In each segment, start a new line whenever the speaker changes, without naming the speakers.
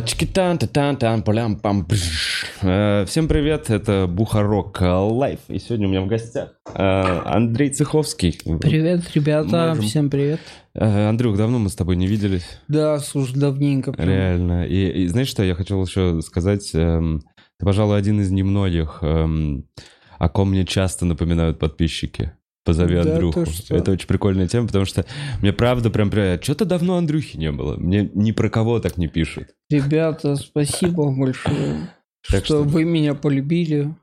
Всем привет, это Бухарок Лайв, и сегодня у меня в гостях Андрей Цеховский.
Привет, ребята, всем привет.
Андрюх, давно мы с тобой не виделись.
Да, слушай, давненько. Прям.
Реально. И знаешь, что я хотел еще сказать? Ты, пожалуй, один из немногих, о ком мне часто напоминают подписчики. Позови Андрюху. Это очень прикольная тема, потому что мне правда прям что-то давно Андрюхи не было. Мне ни про кого так не пишут.
Ребята, спасибо большое, что вы меня полюбили.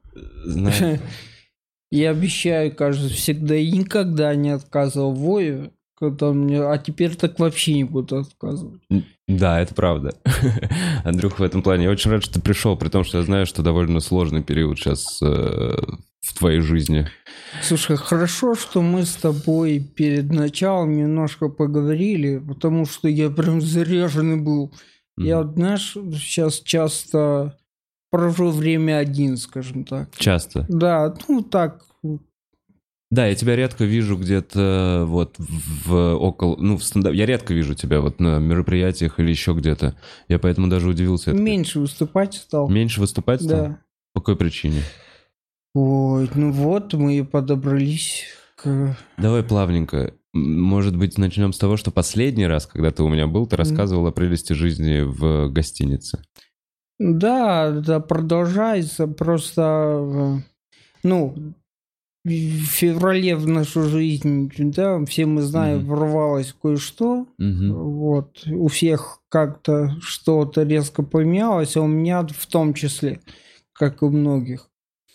Я обещаю, кажется, всегда и никогда не отказывал Вове, а теперь так вообще не буду отказывать.
Да, это правда. Андрюх, в этом плане я очень рад, что ты пришел, при том, что я знаю, что довольно сложный период сейчас в твоей жизни.
Слушай, хорошо, что мы с тобой перед началом немножко поговорили, потому что я прям заряженный был. Я, знаешь, сейчас часто провожу время один, скажем так.
Часто?
Да, ну так.
Да, я тебя редко вижу где-то вот в стендапе. Я редко вижу тебя вот на мероприятиях или еще где-то. Я поэтому даже удивился.
Меньше выступать стал.
Меньше выступать стал?
Да.
По какой причине?
Ой, ну вот мы и подобрались к...
Давай плавненько. Может быть, начнем с того, что последний раз, когда ты у меня был, ты рассказывал о прелести жизни в гостинице.
Да, да, продолжается. Просто, в феврале в нашу жизнь, да, все мы знаем, ворвалось кое-что. Вот. У всех как-то что-то резко поменялось, а у меня в том числе, как и у многих.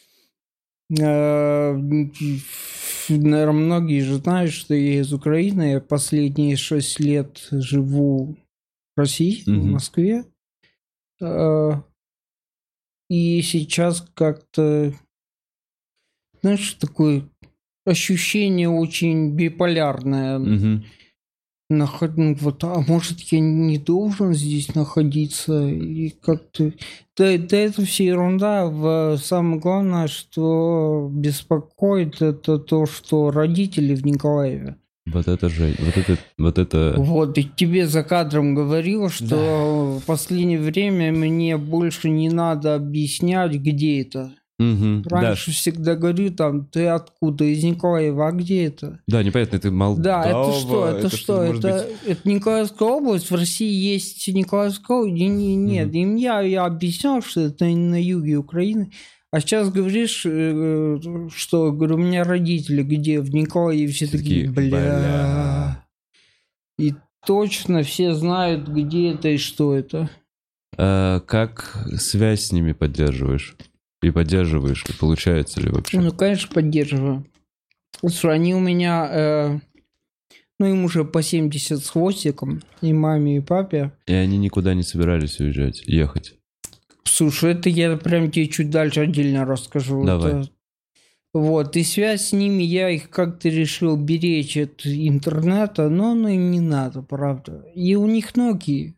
Наверное, многие же знают, что я из Украины. Я последние 6 лет живу в России, в Москве. И сейчас как-то, знаешь, такое ощущение очень биполярное. Вот, а может, я не должен здесь находиться? И как-то... Да это все ерунда. Самое главное, что беспокоит, это то, что родители в Николаеве.
Вот это же, вот это...
Вот, и тебе за кадром говорил, что в последнее время мне больше не надо объяснять, где это. Раньше всегда говорю, там, ты откуда, из Николаева, а где это?
Да, непонятно, это Молдова.
Да, это что? Это Николаевская область, в России есть Николаевская область, нет, им я объяснял, что это на юге Украины, а сейчас говоришь, что, говорю, у меня родители где, в Николаеве, все такие, бля. И точно все знают, где это и что это.
Как связь с ними поддерживаешь? И поддерживаешь, и получается ли вообще?
Ну, конечно, поддерживаю. Слушай, они у меня, им уже по 70 с хвостиком, и маме, и папе.
И они никуда не собирались уезжать, ехать?
Слушай, это я прям тебе чуть дальше отдельно расскажу.
Давай.
Вот, и связь с ними, я их как-то решил беречь от интернета, но им не надо, правда. И у них Nokia.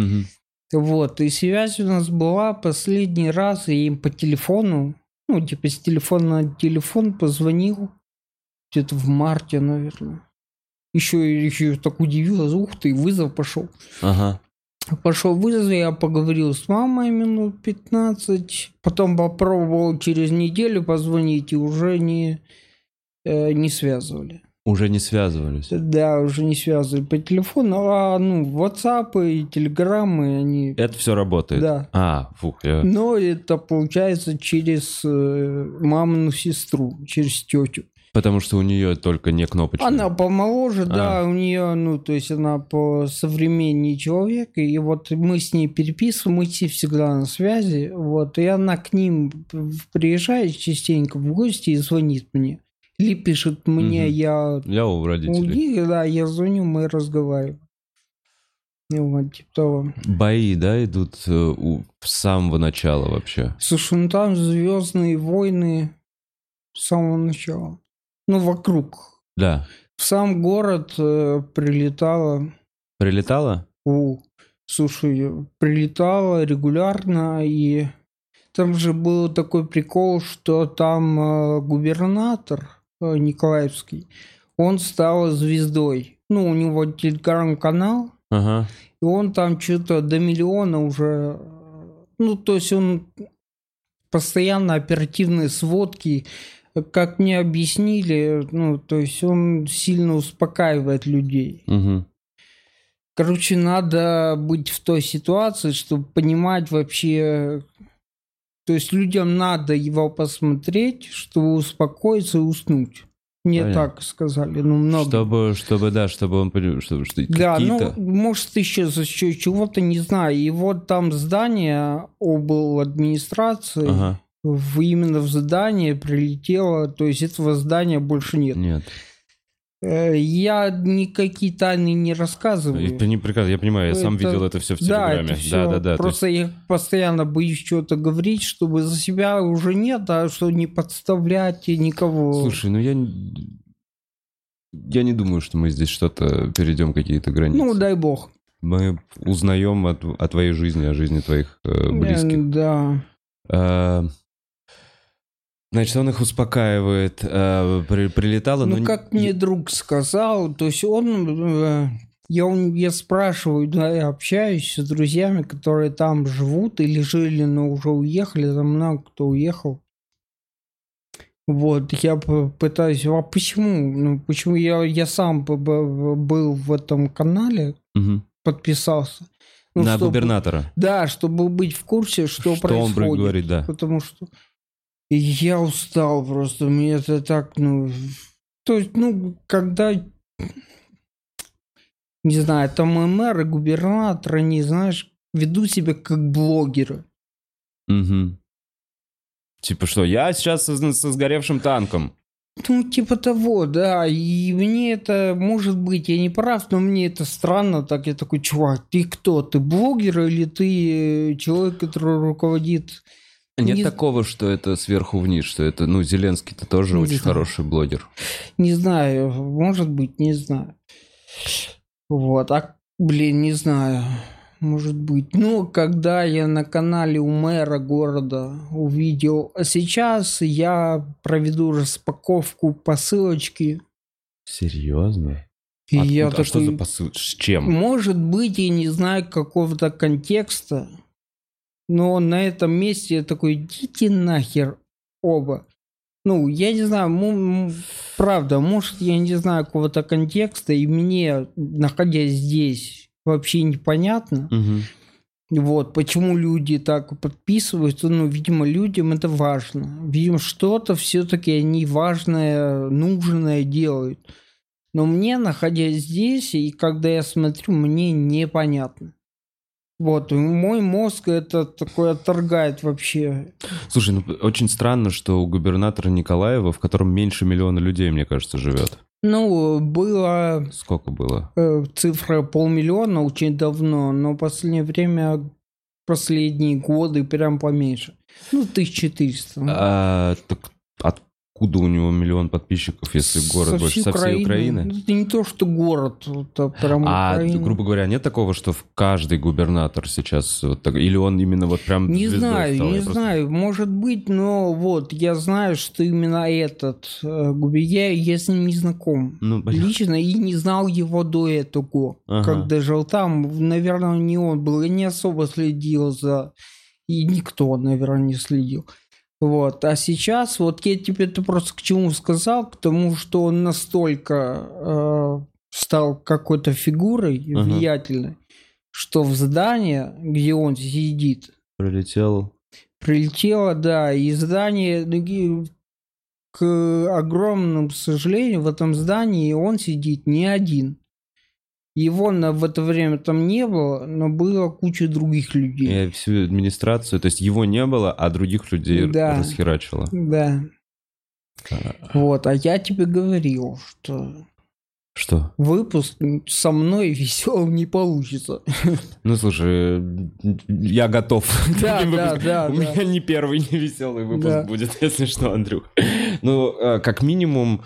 Вот, и связь у нас была последний раз, я им по телефону, с телефона на телефон позвонил, где-то в марте, наверное. Еще так удивилась, ух ты, вызов пошел. Пошел вызов, я поговорил с мамой минут 15, потом попробовал через неделю позвонить, и уже не связывали.
Уже не связывались?
Да, уже не связывали по телефону, а WhatsApp и телеграммы, они...
Это все работает?
Да. Но это получается через мамину сестру, через тетю.
Потому что у нее только не кнопочная.
Она помоложе, да, у нее, то есть она посовременнее человек, и вот мы с ней переписываем, мы всегда на связи, вот, и она к ним приезжает частенько в гости и звонит мне. Или пишет мне, я
у родителей.
Да, я звоню, мы разговариваем. Вот, типа того.
Бои, да, идут с самого начала вообще?
Слушай, там «Звездные войны» с самого начала. Вокруг.
Да.
В сам город прилетало.
Прилетало?
Слушай, прилетало регулярно, и там же был такой прикол, что там губернатор Николаевский, он стал звездой. У него телеграм-канал,
Ага.
И он там что-то до миллиона уже... Ну, то есть он постоянно оперативные сводки, как мне объяснили, ну, то есть он сильно успокаивает людей.
Угу.
Короче, надо быть в той ситуации, чтобы понимать вообще... То есть людям надо его посмотреть, чтобы успокоиться и уснуть. Мне
Понятно.
так сказали, ну, много.
Чтобы он понял, что
да,
какие-то...
ну, может, еще за чего-то не знаю. И вот там здание обл. Администрации,
Ага.
именно в здание прилетело, то есть этого здания больше нет.
Нет.
Я никакие тайны не рассказываю.
Это не приказ, я понимаю, я сам видел это все в Телеграме. Да.
Просто я постоянно боюсь что-то говорить, чтобы за себя уже нет, а что не подставлять никого.
Слушай, ну я не думаю, что мы здесь что-то перейдем какие-то границы.
Ну, дай бог.
Мы узнаем о твоей жизни, о жизни твоих близких.
Да.
Значит, он их успокаивает, прилетало,
ну,
но...
как мне друг сказал, то есть он... Я спрашиваю, да, я общаюсь с друзьями, которые там живут или жили, но уже уехали, там много кто уехал. Вот, я пытаюсь, а почему? Ну, почему я сам был в этом канале, подписался. Ну,
на губернатора.
Да, чтобы быть в курсе, что происходит.
Он говорит, да.
Потому что я устал просто, мне это так, ну... То есть, ну, когда... Не знаю, там мэр и губернатор, они, знаешь, ведут себя как блогеры.
Угу. Типа что, я сейчас со сгоревшим танком.
Ну, типа того, да. И мне это, может быть, я не прав, но мне это странно. Так я такой, чувак, ты кто? Ты блогер или ты человек, который руководит...
Нет такого, что это сверху вниз, что это, ну, Зеленский-то тоже не очень хороший блогер.
Не знаю, может быть, не знаю. Вот, не знаю, может быть. Ну, когда я на канале у мэра города увидел, а сейчас я проведу распаковку посылочки.
Серьезно?
И я такой,
что за посылочка? С чем?
Может быть, я не знаю какого-то контекста, но на этом месте я такой, идите нахер оба. Ну, я не знаю, правда, может, я не знаю какого-то контекста, и мне, находясь здесь, вообще непонятно.
Угу.
Вот, почему люди так подписываются. Ну, видимо, людям это важно. Видимо, что-то все-таки они важное, нужное делают. Но мне, находясь здесь, и когда я смотрю, мне непонятно. Вот, мой мозг это такое отторгает вообще.
Слушай, ну очень странно, что у губернатора Николаева, в котором меньше миллиона людей, мне кажется, живет.
Ну, было...
Сколько было?
Цифра 500 000 очень давно, но в последнее время, последние годы прям поменьше. Ну, 1400.
Так откуда у него миллион подписчиков, если город больше? Со всей Украины?
Это не то, что город, это прям Украина.
Грубо говоря, нет такого, что в каждый губернатор сейчас вот так, или он именно вот прям
не знаю, может быть, но вот я знаю, что именно этот я с ним не знаком лично и не знал его до этого, когда жил там, наверное, не он был, я не особо следил и никто, наверное, не следил. Вот, а сейчас, вот я тебе это просто к чему сказал, к тому, что он настолько стал какой-то фигурой влиятельной, что в здание, где он сидит... Прилетело, да, и здание, к огромному сожалению, в этом здании он сидит не один. Его в это время там не было, но было куча других людей.
И всю администрацию, то есть его не было, а других людей расхерачило.
Да. Вот, а я тебе говорил, что выпуск со мной веселым не получится.
Ну, слушай, я готов.
Да.
У меня не первый не веселый выпуск будет, если что, Андрюх. Ну, как минимум...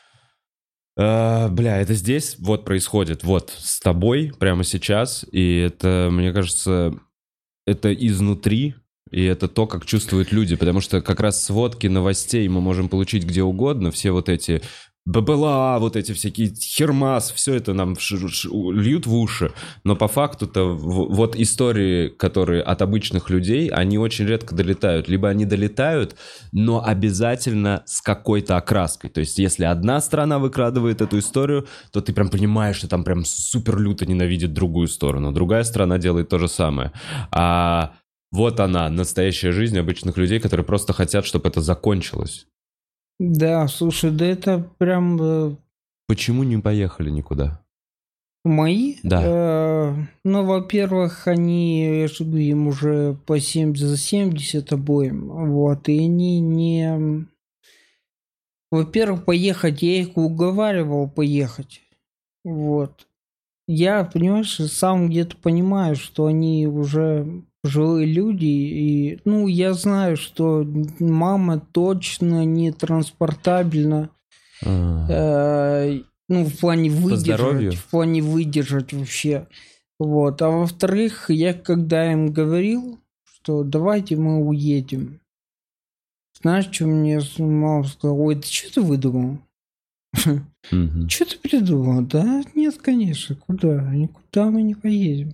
это здесь вот происходит, вот с тобой прямо сейчас, и это, мне кажется, это изнутри, и это то, как чувствуют люди, потому что как раз сводки новостей мы можем получить где угодно, все вот эти ББЛА, вот эти всякие хермас, все это нам льют в уши. Но по факту-то вот истории, которые от обычных людей, они очень редко долетают. Либо они долетают, но обязательно с какой-то окраской. То есть если одна страна выкрадывает эту историю, то ты прям понимаешь, что там прям супер люто ненавидит другую сторону. Другая страна делает то же самое. А вот она, настоящая жизнь обычных людей, которые просто хотят, чтобы это закончилось.
Да, слушай, да это прям...
Почему не поехали никуда?
Мои?
Да.
Ну, во-первых, они, я же говорю, им уже по 70 обоим. Вот, и они не... Во-первых, поехать, я их уговаривал поехать. Вот. Я, понимаешь, сам где-то понимаю, что они уже пожилые люди, и, ну, я знаю, что мама точно не транспортабельна, ну, в плане выдержать вообще. Вот. А во-вторых, я когда им говорил, что давайте мы уедем, знаешь, что мне мама сказала? Ой, ты что ты выдумал? Что ты придумал? Да нет, конечно, куда? Никуда мы не поедем.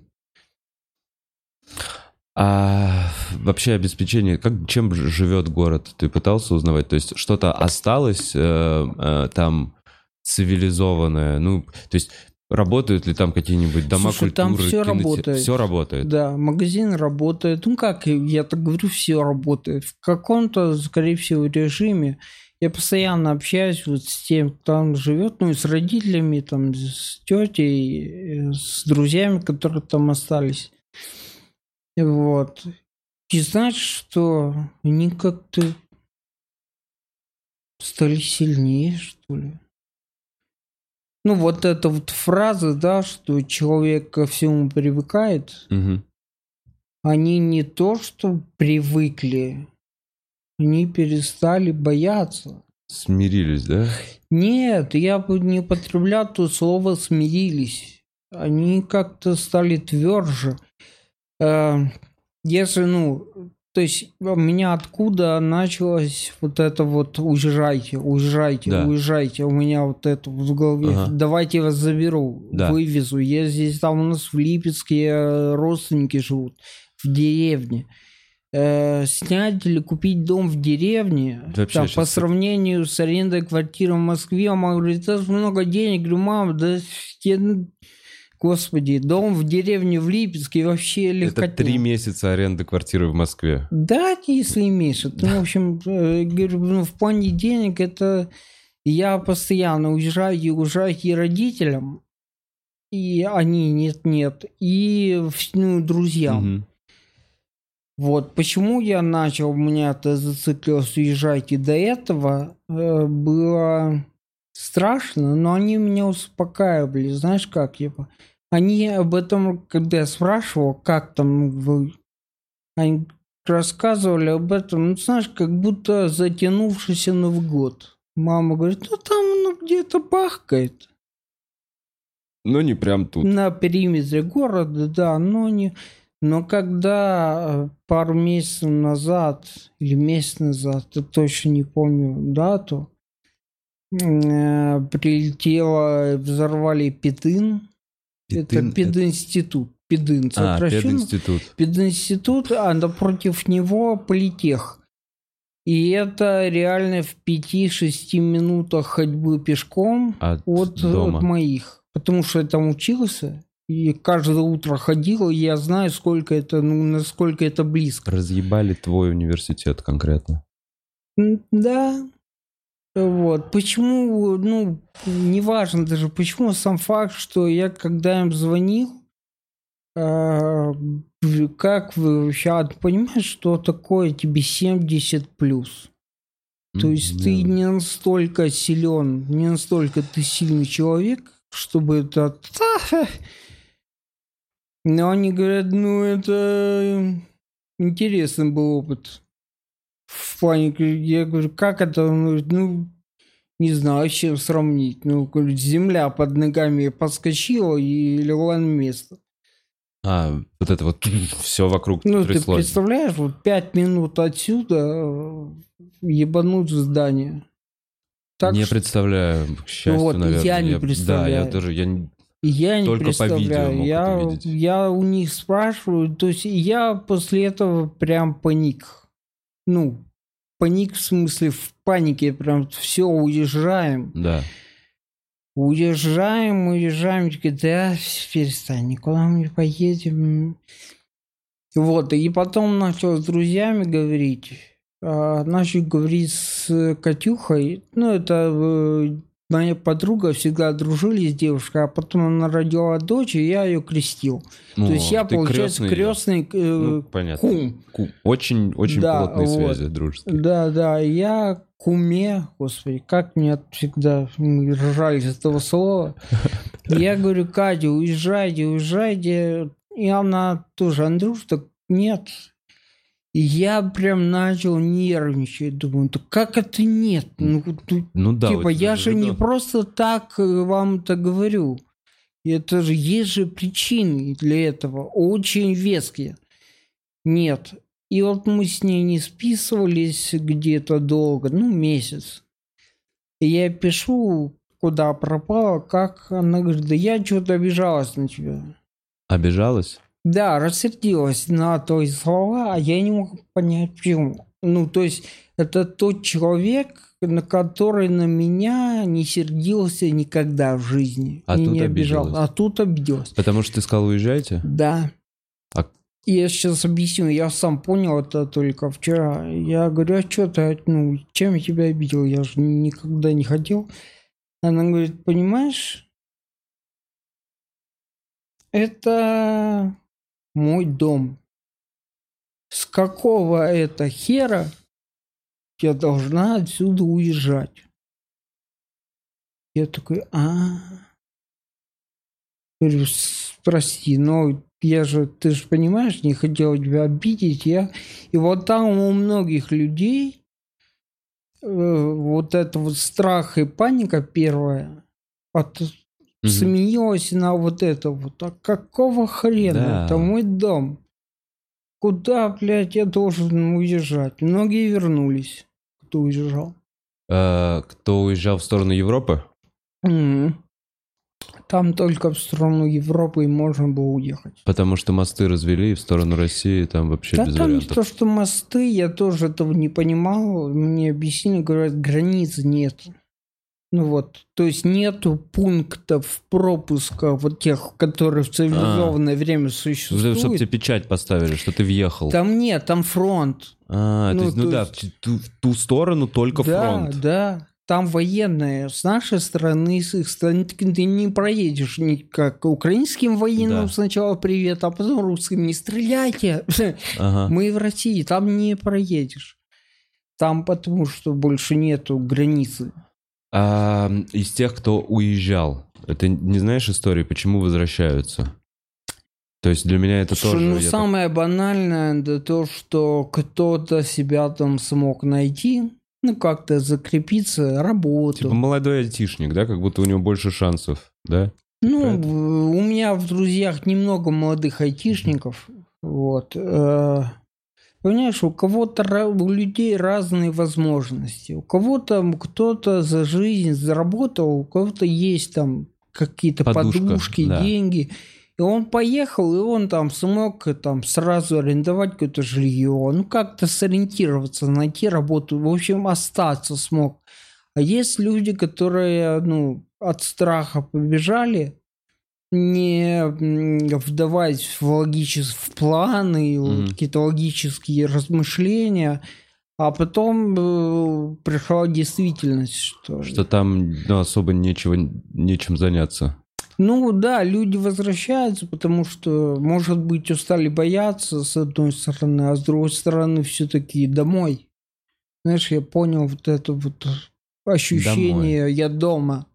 А вообще обеспечение, чем живет город? Ты пытался узнавать? То есть что-то осталось там цивилизованное? Ну, то есть работают ли там какие-нибудь дома культуры?
Там все работает.
Все работает?
Да, магазин работает. Ну как, я так говорю, все работает. В каком-то, скорее всего, режиме. Я постоянно общаюсь вот с тем, кто там живет, ну и с родителями, там, с тетей, с друзьями, которые там остались. Вот. И знаешь, что они как-то стали сильнее, что ли? Ну, вот эта вот фраза, да, что человек ко всему привыкает, они не то, что привыкли, они перестали бояться.
Смирились, да?
Нет, я бы не употреблял то слово «смирились». Они как-то стали тверже. Если, ну, то есть у меня откуда началось вот это вот уезжайте,
Да.
уезжайте, у меня вот это в голове, давайте я вас заберу, вывезу. Я здесь, там у нас в Липецке родственники живут, в деревне. Снять или купить дом в деревне, там, по сравнению с арендой квартиры в Москве, мама говорит, это много денег. Говорю, мама, да господи, дом в деревне в Липецке вообще легко.
Это 3 месяца аренды квартиры в Москве.
Да, если имеешь. Это, ну, в общем, говорю, ну, в плане денег это я постоянно уезжаю и родителям, и они нет, и ну, друзьям. Вот почему я начал, у меня это зациклилось уезжать, и до этого было страшно, но они меня успокаивали, знаешь как, они об этом, когда я спрашивал, как там вы, они рассказывали об этом, ну знаешь, как будто затянувшийся Новый год. Мама говорит, ну там ну, где-то бахкает.
Но не прям тут.
На периметре города, да, но не... Но когда пару месяцев назад, или месяц назад, я точно не помню дату, прилетело, взорвали Педин. Это пединститут. Педин,
пединститут.
Пединститут, а напротив него политех. И это реально в 5-6 минутах ходьбы пешком от моих. Потому что я там учился. И каждое утро ходил, и я знаю, сколько это, ну, насколько это близко.
Разъебали твой университет конкретно.
Да. Вот. Почему, ну, неважно даже, почему сам факт, что я, когда им звонил, как вы вообще понимаешь, что такое тебе 70+. То есть ты не настолько силен, не настолько ты сильный человек, чтобы это... Но они говорят, ну, это интересный был опыт. В плане, я говорю, как это? Ну, не знаю, с чем сравнить. Ну, земля под ногами подскочила и легла на место.
Вот это вот все вокруг
тряслось. Ну, ты представляешь, вот 5 минут отсюда ебануть в здание. Так
не представляю, к счастью,
вот,
наверное.
Я не представляю.
Да, я тоже,
Я не
только
представляю.
по видео мог это видеть.
Я у них спрашиваю, то есть я после этого прям паник. Ну, паник в смысле в панике, прям все, уезжаем.
Да.
Уезжаем, такие, да, перестань, никуда мы не поедем. Вот, и потом начал с друзьями говорить. Начал говорить с Катюхой. Ну, это моя подруга, всегда дружили с девушкой, а потом она родила дочь, и я ее крестил. То есть я, получается, крестный кум.
Очень да, плотные связи дружеские.
Да, я куме, господи, как мне всегда ржали с этого слова. Я говорю, Катя, уезжайте. И она тоже, Андрюш, так нет. И я прям начал нервничать. Думаю, да как это нет? Ну да, типа, я же не просто так вам это говорю. Это же есть же причины для этого, очень веские. Нет. И вот мы с ней не списывались где-то долго, месяц. И я пишу, куда пропала, как она говорит, да я что-то обижалась на тебя.
Обижалась?
Да, рассердилась на твои слова, а я не мог понять, почему. То есть, это тот человек, на который на меня не сердился никогда в жизни.
А тут
не
обиделась.
А тут обиделась.
Потому что ты сказал, уезжайте?
Да. Я сейчас объясню, я сам понял это только вчера. Я говорю, а что ты, чем я тебя обидел? Я же никогда не хотел. Она говорит, понимаешь, это мой дом. С какого это хера я должна отсюда уезжать? Я такой, Говорю, прости, но ты же понимаешь, не хотел тебя обидеть. И вот там у многих людей вот это вот страх и паника первая сменилась на вот это вот. А какого хрена? Да. Это мой дом. Куда, блядь, я должен уезжать? Многие вернулись, кто уезжал.
Кто уезжал в сторону Европы?
Там только в сторону Европы и можно было уехать.
Потому что мосты развели, и в сторону России там вообще без вариантов.
Да там то, что мосты, я тоже этого не понимал. Мне объяснили, говорят, границ нет. То есть нету пунктов пропуска вот тех, которые в цивилизованное время существуют.
Чтобы тебе печать поставили, что ты въехал.
Там нет, там фронт.
В ту сторону только фронт.
Да. Там военные. С нашей стороны, с их стороны ты не проедешь никак. Украинским военным сначала привет, а потом русским не стреляйте. Мы в России, там не проедешь. Там потому что больше нету границы.
А из тех, кто уезжал, ты не знаешь истории, почему возвращаются? То есть для меня это тоже...
самое банальное, это то, что кто-то себя там смог найти, как-то закрепиться, работу.
Типа молодой айтишник, да? Как будто у него больше шансов, да?
У меня в друзьях немного молодых айтишников. Понимаешь, у людей разные возможности. У кого-то кто-то за жизнь заработал, у кого-то есть там какие-то подушки, деньги. И он поехал, и он там смог сразу арендовать какое-то жилье, как-то сориентироваться, найти работу, в общем, остаться смог. А есть люди, которые, от страха побежали, не вдаваясь в планы, какие-то логические размышления, а потом пришла действительность.
Что там особо нечем заняться.
Люди возвращаются, потому что, может быть, устали бояться, с одной стороны, а с другой стороны, все-таки домой. Знаешь, я понял вот это вот ощущение, домой. Я дома.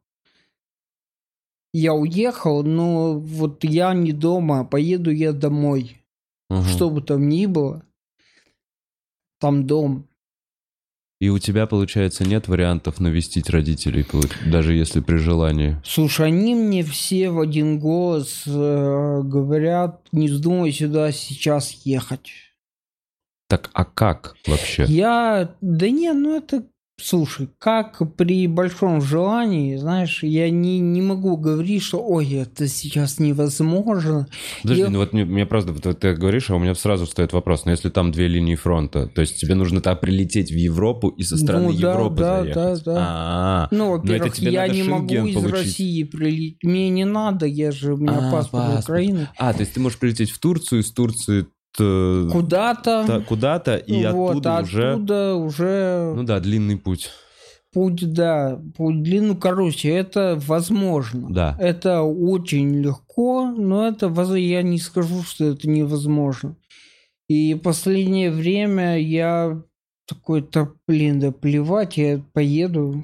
Я уехал, но вот я не дома, поеду я домой. Что бы там ни было, там дом.
И у тебя, получается, нет вариантов навестить родителей, даже если при желании?
Слушай, они мне все в один голос говорят, не вздумай сюда сейчас ехать.
Так, а как вообще?
это слушай, как при большом желании, знаешь, я не могу говорить, что ой, это сейчас невозможно.
Подожди, ну вот мне просто, вот ты говоришь, а у меня сразу встает вопрос, но если там 2 линии фронта, то есть тебе нужно так прилететь в Европу и со стороны Европы заехать?
Да. Ну, во-первых, я не могу из России прилететь, мне не надо, у меня паспорт Украины.
То есть ты можешь прилететь в Турцию, из Турции куда-то и
вот, оттуда уже...
Ну да, длинный путь.
Путь длинный. Короче, это возможно.
Да.
Это очень легко, но я не скажу, что это невозможно. И последнее время я такой-то, да плевать, я поеду.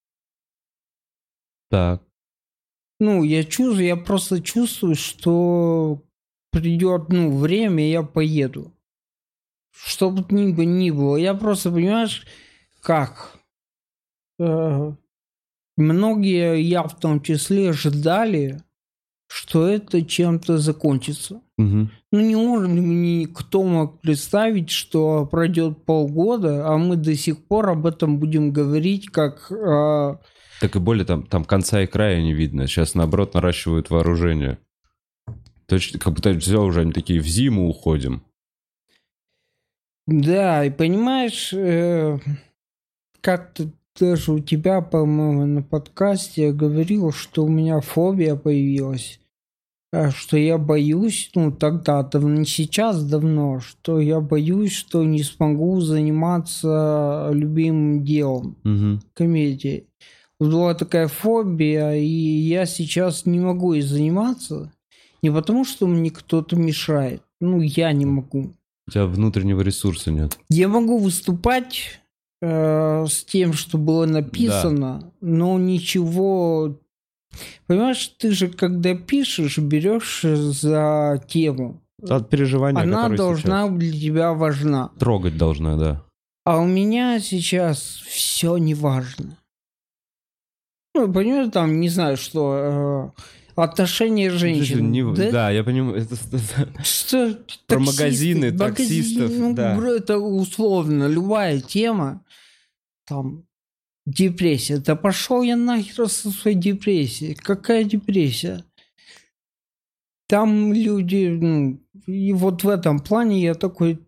Так.
Ну, я просто чувствую, что придет, время, я поеду. Что бы ни было. Я просто, понимаешь, как? Многие, я в том числе, ждали, что это чем-то закончится.
Угу.
Ну, не может никто мог представить, что пройдет полгода, а мы до сих пор об этом будем говорить как...
Так и более там конца и края не видно. Сейчас, наоборот, наращивают вооружение. Точно, как будто все уже они такие, в зиму уходим.
Да, и понимаешь, как-то даже у тебя, по-моему, на подкасте я говорил, что у меня фобия появилась, что я боюсь, тогда, давно, сейчас давно, что я боюсь, что не смогу заниматься любимым делом, комедией. Была такая фобия, и я сейчас не могу ей заниматься, не потому, что мне кто-то мешает, я не могу.
У тебя внутреннего ресурса нет.
Я могу выступать с тем, что было написано, но ничего... Понимаешь, ты же, когда пишешь, берешь за тему.
От переживания,
она должна сейчас для тебя важна.
Трогать должна, да.
А у меня сейчас все не важно. Понимаешь, там, не знаю, что... отношения женщин.
Да, я понимаю.
Что?
Про магазины, таксистов.
Это условно любая тема. Там депрессия. Да пошел я нахер со своей депрессией. Какая депрессия? Там люди... и вот в этом плане я такой...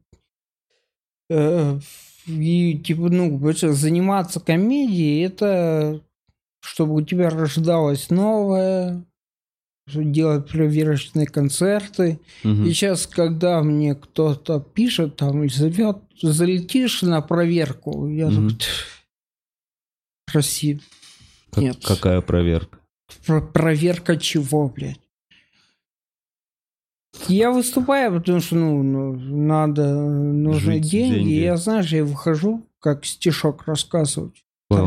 заниматься комедией, это чтобы у тебя рождалось новое, делать проверочные концерты. И сейчас, когда мне кто-то пишет там и зовет, залетишь на проверку, я такой, прости, нет.
Какая проверка?
Проверка чего, блядь? Я выступаю, потому что, нужны деньги. Я, знаешь, я выхожу, как стишок рассказывать.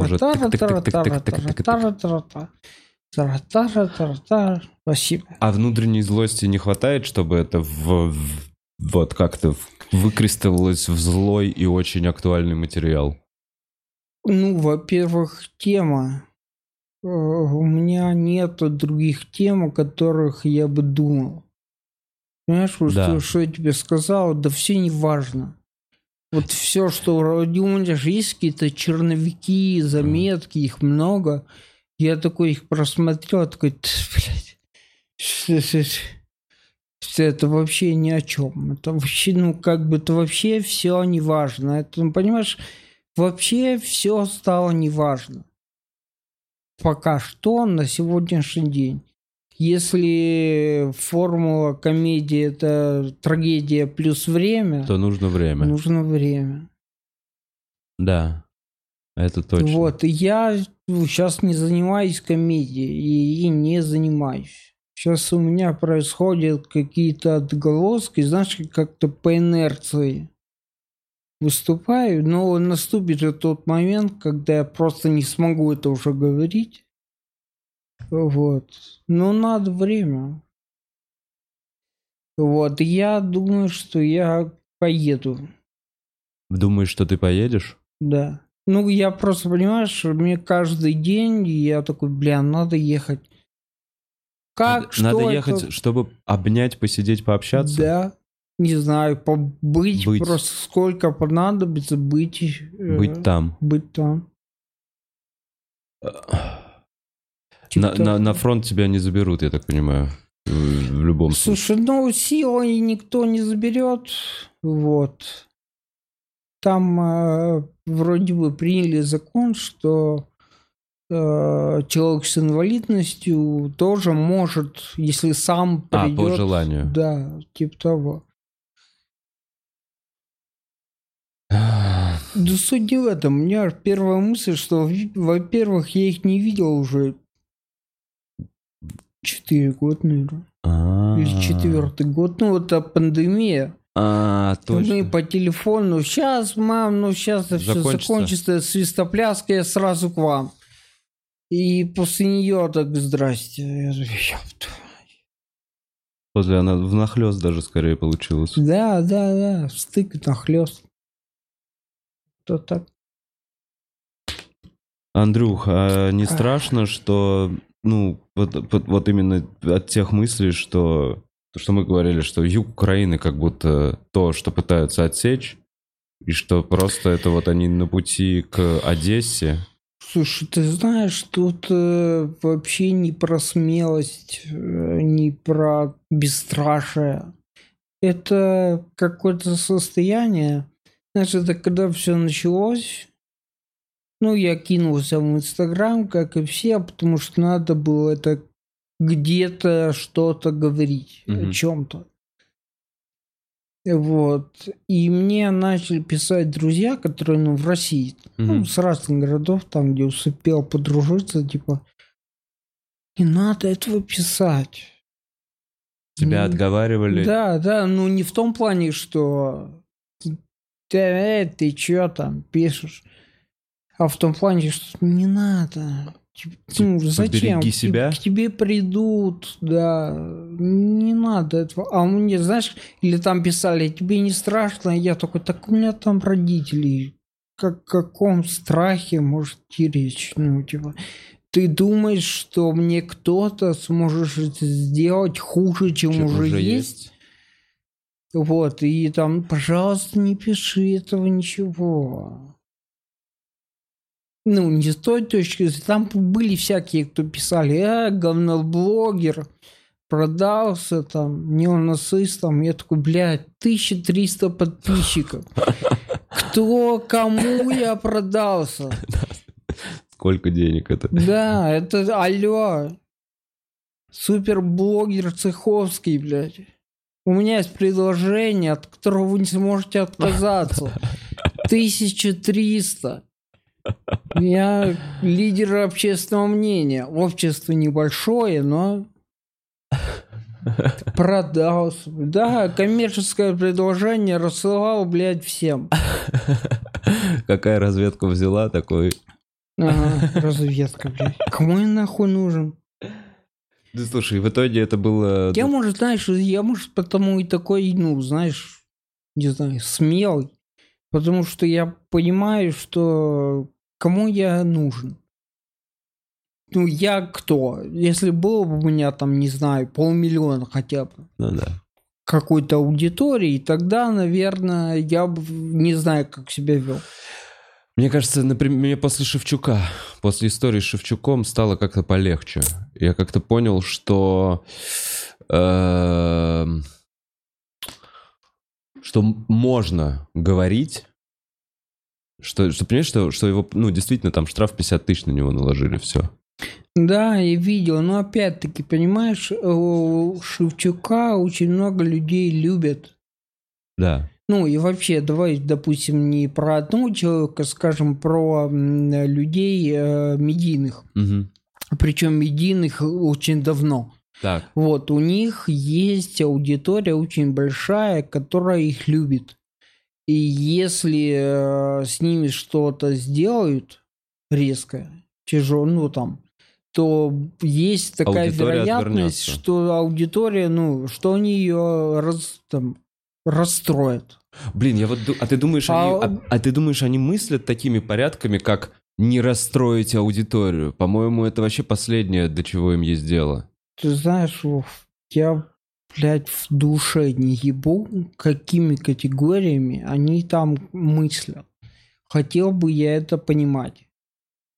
Спасибо.
А внутренней злости не хватает, чтобы это вот как-то выкристаллилось в злой и очень актуальный материал?
Во-первых, тема. У меня нет других тем, о которых я бы думал. Понимаешь,
да.
что я тебе сказал, да все не важно. Вот все, что у меня же есть какие-то черновики, заметки, их много. Я такой их просмотрел, такой, блядь, это вообще ни о чем. Это вообще, это вообще все не важно. Это, понимаешь, вообще все стало неважно. Пока что на сегодняшний день. Если формула комедии это трагедия плюс время,
то нужно время.
Нужно время.
Да, это точно.
Вот, и я сейчас не занимаюсь комедией и не занимаюсь. Сейчас у меня происходят какие-то отголоски, знаешь, как-то по инерции выступаю, но наступит тот момент, когда я просто не смогу это уже говорить. Вот. Но надо время. Вот. Я думаю, что я поеду.
Думаешь, что ты поедешь?
Да. Я просто, понимаешь, мне каждый день я такой, надо ехать.
Надо ехать, чтобы обнять, посидеть, пообщаться?
Да. Не знаю, побыть. Просто сколько понадобится быть
там.
Быть там.
На фронт тебя не заберут, я так понимаю, в любом случае.
Слушай, ну, силой никто не заберет, вот. Там вроде бы приняли закон, что человек с инвалидностью тоже может, если сам придет...
по желанию.
Да, типа того. Да суть не в этом. У меня первая мысль, что, во-первых, я их не видел уже 4 года, наверное. Или 4-й год. Ну, вот пандемия.
Точно.
Мы по телефону. Сейчас, мам, сейчас все закончится. Свистопляска, я сразу к вам. И после нее так, здрасте.
После она внахлёст даже скорее получилось.
Да. Стык нахлёст. То так.
Андрюх, а не страшно, что, ну, вот именно от тех мыслей, что мы говорили, что юг Украины как будто то, что пытаются отсечь, и что просто это вот они на пути к Одессе.
Слушай, ты знаешь, тут вообще не про смелость, не про бесстрашие. Это какое-то состояние. Знаешь, это когда все началось. Ну, я кинулся в Инстаграм, как и все, потому что надо было это где-то что-то говорить, о чем-то. Вот. И мне начали писать друзья, которые, в России, с разных городов, там, где успел подружиться, типа, не надо этого писать.
Тебя отговаривали?
Да, ну не в том плане, что ты чё там пишешь, а в том плане, что не надо. Зачем?
Побереги себя?
К тебе придут, да. Не надо этого. А мне, знаешь, или там писали, тебе не страшно? Я такой, так у меня там родители. О каком страхе может идти речь? Ну, типа, ты думаешь, что мне кто-то сможет это сделать хуже, чем уже есть? Вот, и там, пожалуйста, не пиши этого ничего. Ну, не с той точки зрения. Там были всякие, кто писали, говноблогер, продался, там, неонацист, там. Я такой, блядь, 1300 подписчиков. Кто, кому я продался?
Сколько денег это?
Да, это, алло. Суперблогер Цеховский, блядь. У меня есть предложение, от которого вы не сможете отказаться. 1300. Я лидер общественного мнения. Общество небольшое, но продался. Да, коммерческое предложение рассылал, блядь, всем.
Какая разведка взяла, такой...
Ага, разведка, блядь. Кому я нахуй нужен?
Да слушай, в итоге это было...
Я, может, потому и такой, знаешь, не знаю, смелый. Потому что я понимаю, что кому я нужен. Ну, я кто? Если было бы у меня там, не знаю, 500 000 хотя бы.
Ну да.
Какой-то аудитории, тогда, наверное, я бы не знаю, как себя вел.
Мне кажется, например, мне после Шевчука, после истории с Шевчуком стало как-то полегче. Я как-то понял, что можно говорить, что понимаешь, что его, действительно, там штраф 50 000 на него наложили, все.
Да, я видел, но опять-таки, понимаешь, Шевчука очень много людей любят.
Да.
Ну и вообще, давай, допустим, не про одного человека, скажем, про людей медийных.
Угу.
Причем медийных очень давно.
Так.
Вот, у них есть аудитория очень большая, которая их любит. И если с ними что-то сделают резкое, тяжелое, то есть такая
аудитория
вероятность,
отвернется.
что аудитория, что они ее расстроят.
Блин, ты думаешь, они мыслят такими порядками, как не расстроить аудиторию? По-моему, это вообще последнее, до чего им есть дело.
Ты знаешь, Вов, я, блядь, в душе не ебу, какими категориями они там мыслят. Хотел бы я это понимать.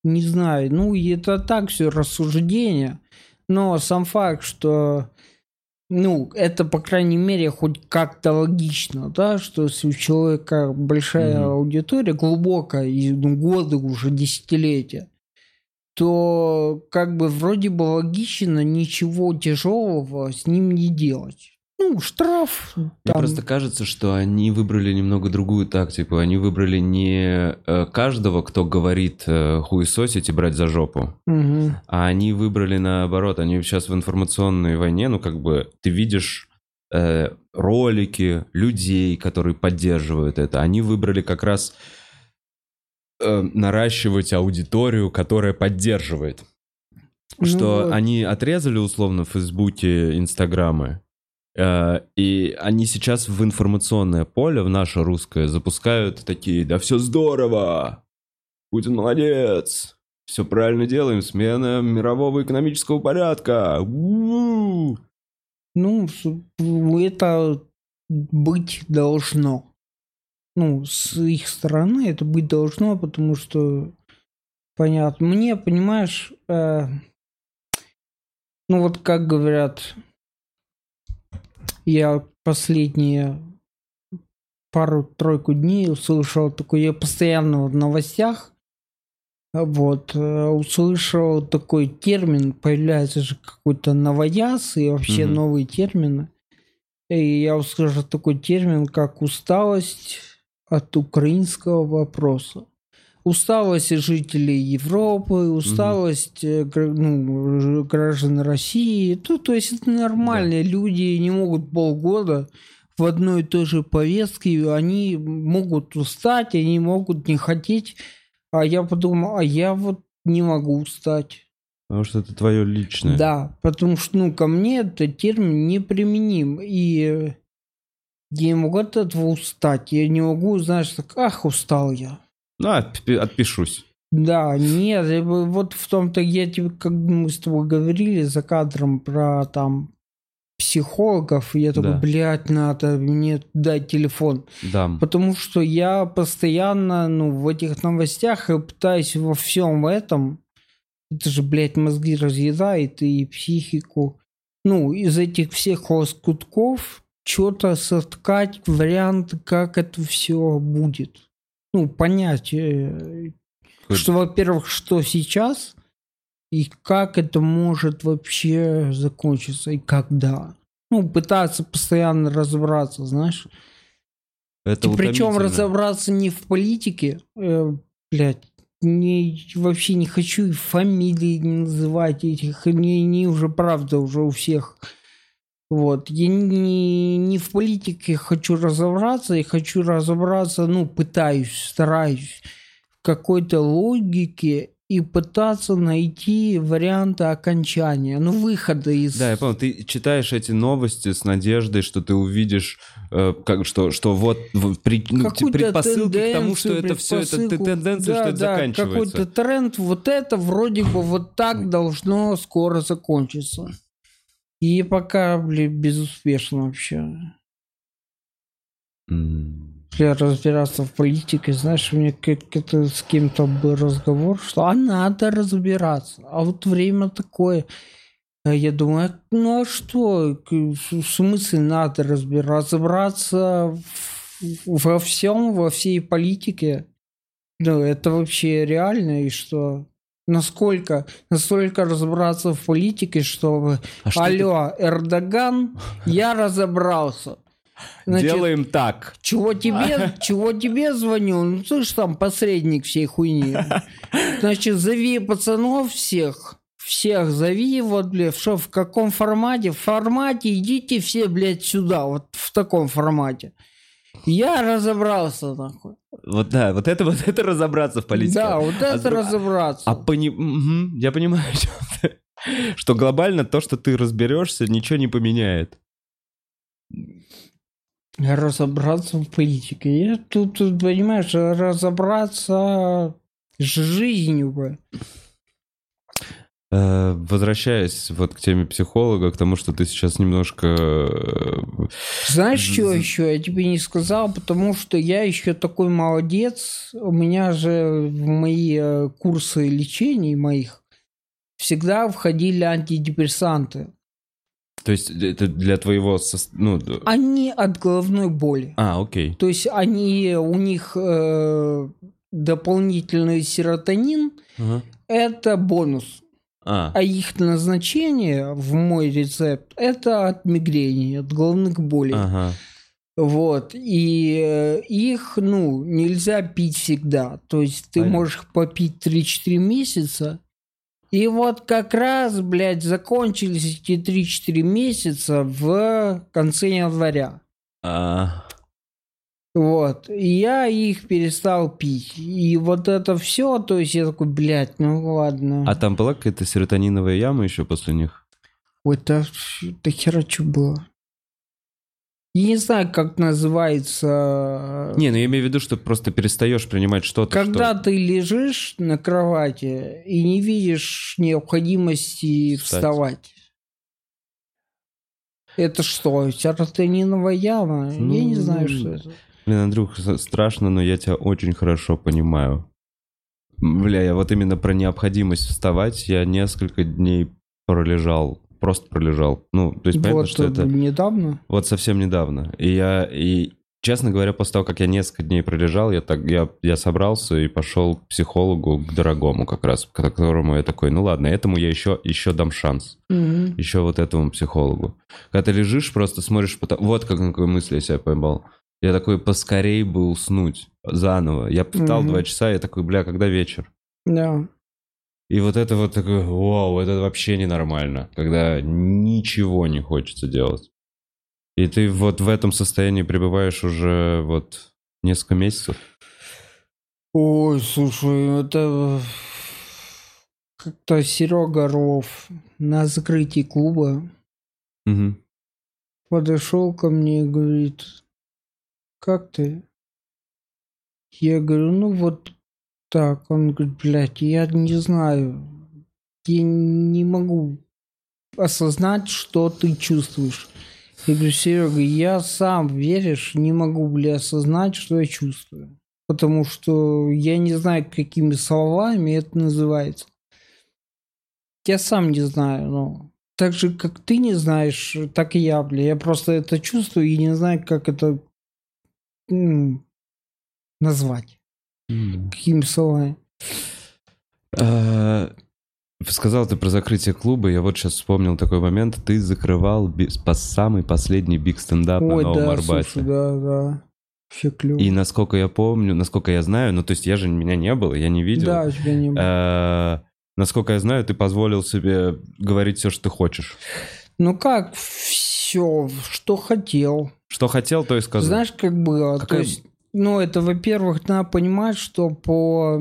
не знаю, ну, это так все рассуждение, но сам факт, что, ну, это, по крайней мере, хоть как-то логично, да, что если у человека большая аудитория, глубокая, и годы уже, десятилетия, то как бы вроде бы логично ничего тяжелого с ним не делать. Ну, штраф.
Мне просто кажется, что они выбрали немного другую тактику. Они выбрали не каждого, кто говорит хуесосить и брать за жопу, а они выбрали наоборот. Они сейчас в информационной войне, ну как бы ты видишь ролики людей, которые поддерживают это. Они выбрали как раз наращивать аудиторию, которая поддерживает. Что вот. Они отрезали условно в Фейсбуке, Инстаграмы, и они сейчас в информационное поле, в наше русское, запускают такие: да все здорово, Путин молодец, все правильно делаем, смена мирового экономического порядка. У-у-у.
Ну, это быть должно. Ну, с их стороны это быть должно, потому что, понятно, мне, понимаешь, ну вот как говорят, я последние пару-тройку дней услышал такой, я постоянно в новостях, вот, услышал такой термин, появляется же какой-то новояз и вообще новые термины. И я услышал такой термин, как усталость от украинского вопроса. Усталость жителей Европы, усталость граждан России. То есть это нормальные люди, не могут полгода в одной и той же повестке, они могут устать, они могут не хотеть. А я подумал, а я вот не могу устать.
Потому что это твое личное.
Да, потому что, ну, ко мне этот термин неприменим. И я не могу от этого устать. Я не могу, знаешь, так, ах, устал я.
Ну, отпишусь.
Да, нет, вот в том-то, я тебе, как мы с тобой говорили за кадром про там психологов, и я такой, блядь, надо мне дать телефон.
Да.
Потому что я постоянно, ну, в этих новостях и пытаюсь во всем этом, это же, блядь, мозги разъедает и психику. Ну, из этих всех лоскутков что-то соткать вариант, как это все будет. Ну, понять, что, во-первых, что сейчас, и как это может вообще закончиться, и когда. Ну, пытаться постоянно разобраться, знаешь.
Это
причем разобраться не в политике, блядь, вообще не хочу фамилии не называть этих, не уже правда, уже у всех. Вот, я не в политике хочу разобраться, я хочу разобраться, ну, пытаюсь, стараюсь в какой-то логике и пытаться найти варианты окончания, ну, выхода из...
Да, я понял, ты читаешь эти новости с надеждой, что ты увидишь, что вот предпосылки к тому, что это все, это тенденция, что это заканчивается.
Какой-то тренд, вот это вроде бы вот так должно скоро закончиться. И пока, безуспешно вообще. Разбираться в политике, знаешь, у меня как-то с кем-то был разговор, что надо разбираться, а вот время такое. Я думаю, ну а что, в смысле надо разобраться во всем, во всей политике? Ну, это вообще реально, и что... Настолько разобраться в политике, чтобы алло, Эрдоган, я разобрался.
Значит, делаем так.
Чего тебе звоню? Ну ты ж там посредник всей хуйни. Значит, зови пацанов всех зови, вот, блядь, что, в каком формате? В формате идите все, блядь, сюда, вот в таком формате. Я разобрался, нахуй.
Вот да, вот это разобраться в политике.
Да, вот это разобраться.
Я понимаю, что глобально то, что ты разберешься, ничего не поменяет.
Разобраться в политике. Я тут, понимаешь, разобраться с жизнью бы.
Я возвращаясь вот к теме психолога, к тому, что ты сейчас немножко...
Знаешь, что еще? Я тебе не сказал, потому что я еще такой молодец. У меня же в мои курсы лечения моих всегда входили антидепрессанты.
То есть это для твоего...
Они от головной боли.
Окей.
То есть у них дополнительный серотонин, это бонус. А их назначение в мой рецепт это от мигрени, от головных болей. Вот. И их, нельзя пить всегда. То есть ты можешь попить 3-4 месяца. И вот как раз, блядь, закончились эти 3-4 месяца в конце января. Вот. И я их перестал пить. И вот это все, то есть я такой, блядь, ну ладно.
А там была какая-то серотониновая яма еще после них?
Ой, да хера что было. Я не знаю, как называется...
Не, я имею в виду, что просто перестаешь принимать что-то,
когда ты лежишь на кровати и не видишь необходимости вставать. Это что, серотониновая яма? Я не знаю, что это.
Блин, Андрюх, страшно, но я тебя очень хорошо понимаю. Бля, я вот именно про необходимость вставать, я несколько дней просто пролежал. То есть понятно,
вот
что это...
недавно?
Вот совсем недавно. И честно говоря, после того, как я несколько дней пролежал, я собрался и пошел к психологу, к дорогому как раз, к которому я такой, ладно, этому я еще дам шанс. Еще вот этому психологу. Когда ты лежишь, просто смотришь... Вот как на какой мысли я себя поймал. Я такой, поскорей бы уснуть заново. Я встал 2 часа, я такой, бля, когда вечер?
Да.
И вот это вот такое, вау, это вообще ненормально, когда ничего не хочется делать. И ты вот в этом состоянии пребываешь уже вот несколько месяцев?
Ой, слушай, это как-то Серега Орлов на закрытии клуба подошел ко мне и говорит, как ты? Я говорю, вот так. Он говорит, блядь, я не знаю, я не могу осознать, что ты чувствуешь. Я говорю, Серега, я сам, веришь, не могу, осознать, что я чувствую. Потому что я не знаю, какими словами это называется. Я сам не знаю, но так же, как ты не знаешь, так и я, я просто это чувствую и не знаю, как это назвать. Какими словами.
Сказал ты про закрытие клуба, я вот сейчас вспомнил такой момент. Ты закрывал самый последний биг стендап на Новом Арбате.
Слушай, да. Вообще клево.
И насколько я помню, насколько я знаю, то есть меня не было, я не видел.
Да, тебя не было.
Насколько я знаю, ты позволил себе говорить все, что ты хочешь.
Как все, что хотел.
Что хотел, то и сказал.
Знаешь, как было? То есть, это, во-первых, надо понимать, что по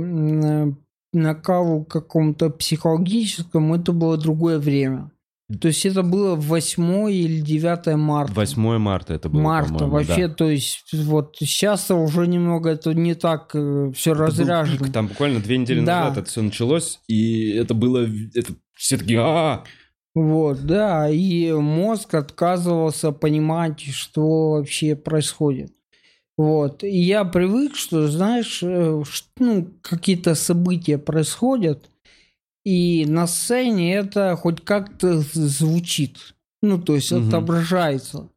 накалу какому-то психологическому это было другое время. То есть это было 8 или 9 марта.
8 марта это было,
Марта, вообще, да. То есть вот сейчас уже немного это не так все разряжено.
Был пик, там буквально 2 недели назад это все началось, и это было... все такие...
Вот, да, и мозг отказывался понимать, что вообще происходит. Вот, и я привык, что, знаешь, какие-то события происходят, и на сцене это хоть как-то звучит, то есть отображается.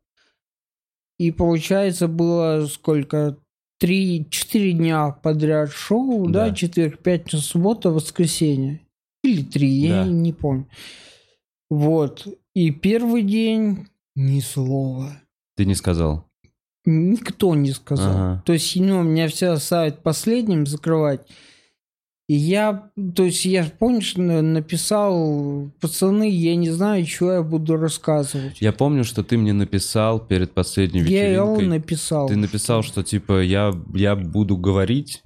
И получается было сколько? 3-4 дня подряд шоу, да, четверг, пятница, суббота, воскресенье. Или 3, я не помню. Вот, и первый день ни слова.
Ты не сказал?
Никто не сказал.
Ага.
То есть, меня все ставят последним закрывать. И я, помнишь, написал, пацаны, я не знаю, что я буду рассказывать.
Я помню, что ты мне написал перед последней вечеринкой.
Я его написал.
Ты написал, что типа я буду говорить,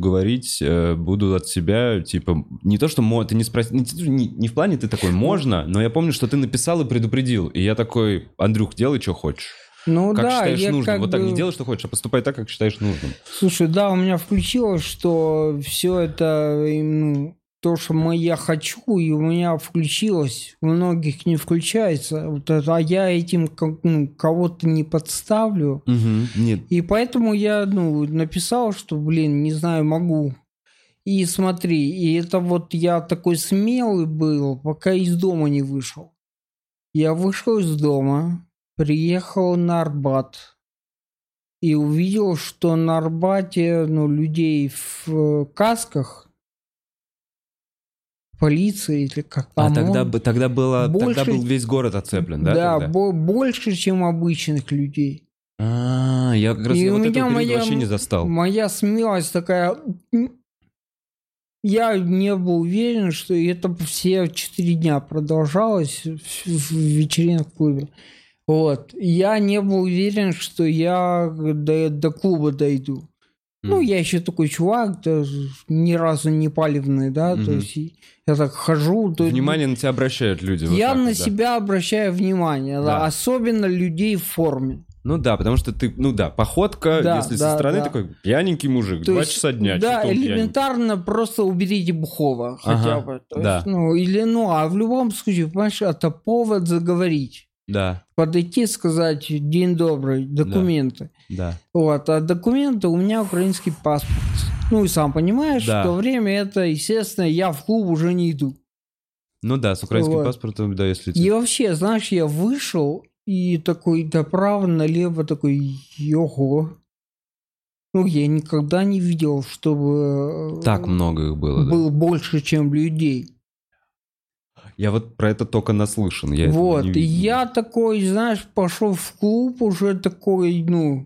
буду от себя, типа, не то, что ты не спросил, не в плане ты такой, можно, но я помню, что ты написал и предупредил. И я такой, Андрюх, делай, что хочешь. Как считаешь нужным. Вот так не делай, что хочешь, а поступай так, как считаешь нужным.
Слушай, да, у меня включилось, что все это то, что я хочу, и у меня включилось, у многих не включается, вот это, а я этим кого-то не подставлю.
Нет.
И поэтому я написал, что, не знаю, могу. И смотри, и это вот я такой смелый был, пока из дома не вышел. Я вышел из дома, приехал на Арбат и увидел, что на Арбате людей в касках, полиции или как там.
Тогда был весь город оцеплен, да?
Да, больше, чем обычных людей.
Я как раз вот этого периода вообще не застал.
Моя смелость такая... Я не был уверен, что это все 4 дня продолжалось в вечеринок в клубе. Вот. Я не был уверен, что я до клуба дойду. Я еще такой чувак, ни разу не палевный, да, то есть я так хожу.
Внимание на тебя обращают люди.
Я на себя обращаю внимание, да, особенно людей в форме.
Ну да, потому что ты, походка, если со стороны такой пьяненький мужик, 2 часа дня.
Да, элементарно просто уберите бухого хотя бы. А в любом случае, понимаешь, это повод заговорить.
Да.
Подойти, сказать: день добрый, документы.
Да.
Вот, а документы у меня украинский паспорт. И сам понимаешь, в то время это, естественно, я в клуб уже не иду.
Ну да, с украинским паспортом, да, если...
И вообще, знаешь, я вышел и такой направо-налево такой, ого. Я никогда не видел, чтобы...
Так много их было,
было больше, чем людей.
Я вот про это только наслышан.
И я такой, знаешь, пошел в клуб уже такой,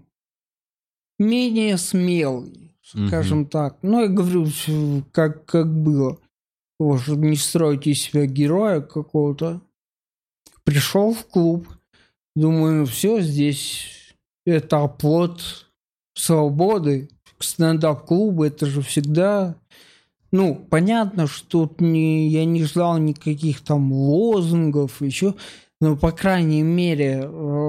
менее смелый, скажем так. Я говорю, как было. Чтобы не строить из себя героя какого-то. Пришел в клуб. Думаю, все, здесь это оплот свободы. Стендап-клубы, это же всегда... понятно, что я не ждал никаких там лозунгов, еще, но, по крайней мере,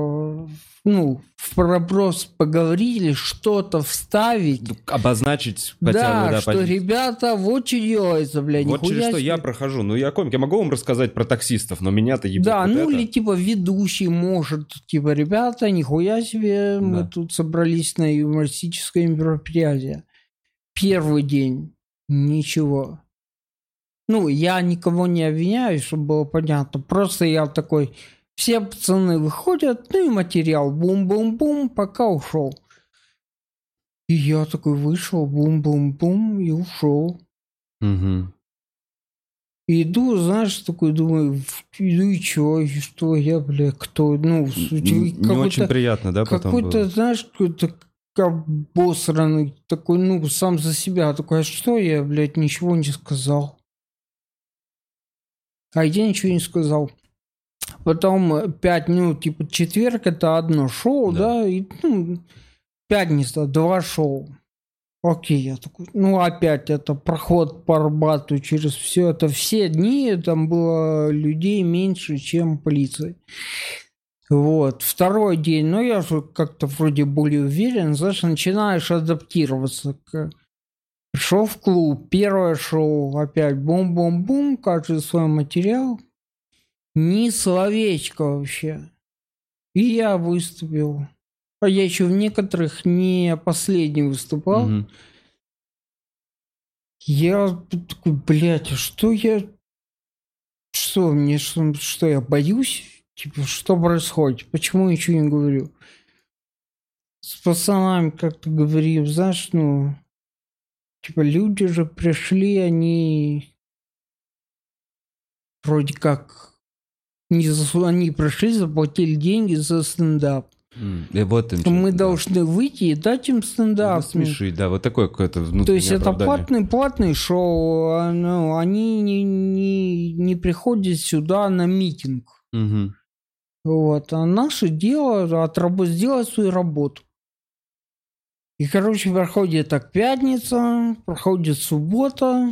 в проброс поговорили, что-то вставить.
Обозначить
хотя бы, что ребята, вот что делается, блядь,
вот через что я прохожу. Я комик, я могу вам рассказать про таксистов, но меня-то ебут.
Да, или ведущий может, ребята, нихуя себе, мы тут собрались на юмористическое мероприятие. Первый день. Ничего. Я никого не обвиняю, чтобы было понятно. Просто я такой, все пацаны выходят, и материал бум-бум-бум, пока ушел. И я такой вышел, бум-бум-бум, и ушел.
Угу.
И иду, знаешь, такой думаю, и что я, кто?
Не очень приятно, да, потом
какой-то,
было?
Знаешь, какой-то обосранный, такой, сам за себя, такой, а что я, ничего не сказал. А я ничего не сказал. Потом 5 минут, четверг это одно шоу, да, и пятница 2 шоу. Окей, я такой, опять это проход по Арбату через все, это все дни, там было людей меньше, чем полиции. Второй день, я же как-то вроде более уверен, знаешь, начинаешь адаптироваться. Пришел в клуб, первое шоу, опять бум-бум-бум, каждый свой материал. Ни словечко вообще. И я выступил. А я еще в некоторых не последний выступал.
Угу.
Я такой, блядь, а что я... Что я боюсь? Что происходит? Почему ничего не говорю? С пацанами как-то говорим, знаешь, люди же пришли, они вроде как они пришли, заплатили деньги за стендап.
И вот
мы должны выйти и дать им стендап.
Смешить, да, вот такое какое-то внутреннее
То есть
оправдание.
это платный шоу, они не приходят сюда на митинг.
Угу.
А наше дело сделать свою работу. И, проходит так пятница, проходит суббота.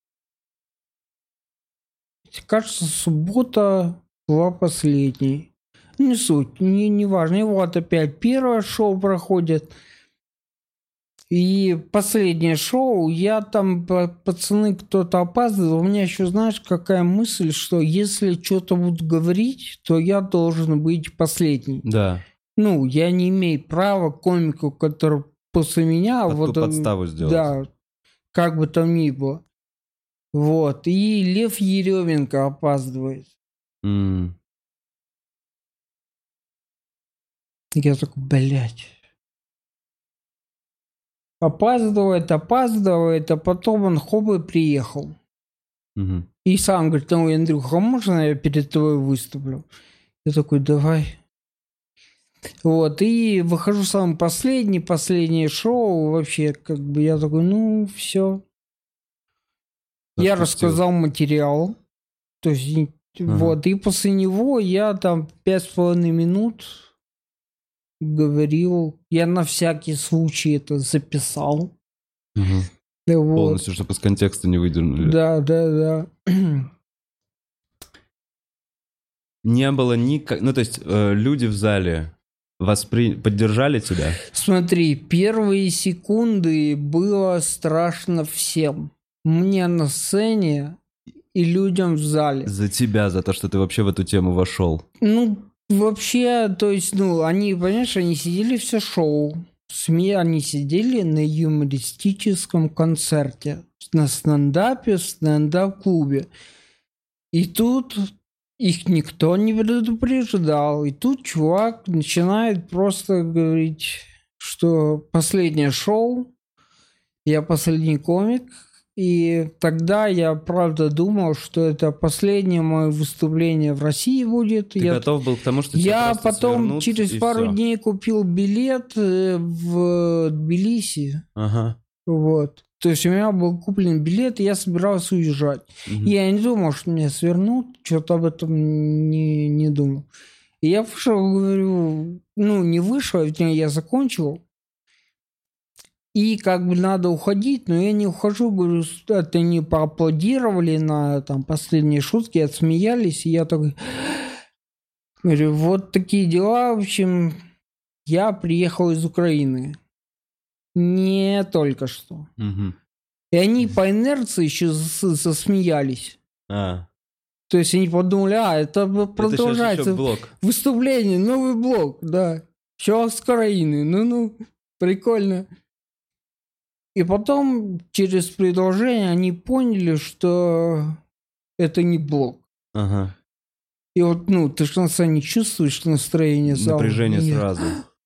Кажется, суббота была последней. Не суть, не важно. И опять первое шоу проходит. И последнее шоу, я там, пацаны, кто-то опаздывал. У меня еще, знаешь, какая мысль, что если что-то будут говорить, то я должен быть последний.
Да.
Ну, я не имею права комику, который после меня...
Под
вот,
ту подставу сделать.
Да, как бы там ни было. Вот. И Лев Еременко опаздывает. Я такой, блядь. Опаздывает, а потом он хоп и приехал. И сам говорит, ну, Андрюха, можно я перед тобой выступлю? Я такой, давай. Вот, и выхожу сам последнее шоу, вообще, как бы, я такой, ну, все. Я рассказал материал, то есть, вот, и после него я там 5,5 минут говорил, я на всякий случай это записал. Вот.
Полностью, чтобы из контекста не выдернули.
Да.
Не было никак... Ну, то есть, люди в зале поддержали тебя?
Смотри, первые секунды было страшно всем. Мне на сцене и людям в зале.
За тебя, за то, что ты вообще в эту тему вошел.
Ну, вообще, то есть, ну, они, понимаешь, они сидели все шоу. Они сидели на юмористическом концерте, на стендапе, в стендап-клубе. И тут их никто не предупреждал. И тут чувак начинает просто говорить, что последнее шоу, я последний комик. И тогда я, правда, думал, что это последнее мое выступление в России будет.
Ты готов был к тому, что тебя
я потом через пару дней купил билет в Тбилиси.
Ага.
Вот. То есть у меня был куплен билет, и я собирался уезжать. Я не думал, что меня свернут, что-то об этом не думал. И я вышел, говорю, ну, не вышел, я закончил. И как бы надо уходить, но я не ухожу, говорю, это не поаплодировали на там последние шутки, отсмеялись, и я такой, говорю, вот такие дела, в общем, я приехал из Украины, не только что. И они по инерции еще засмеялись. То есть они подумали, это продолжается выступление, новый блок, да, чувак с Украины, ну, прикольно. И потом через предложение они поняли, что это не блок.
Ага.
И вот, ну, ты же на сцене чувствуешь настроение зала.
Напряжение сразу.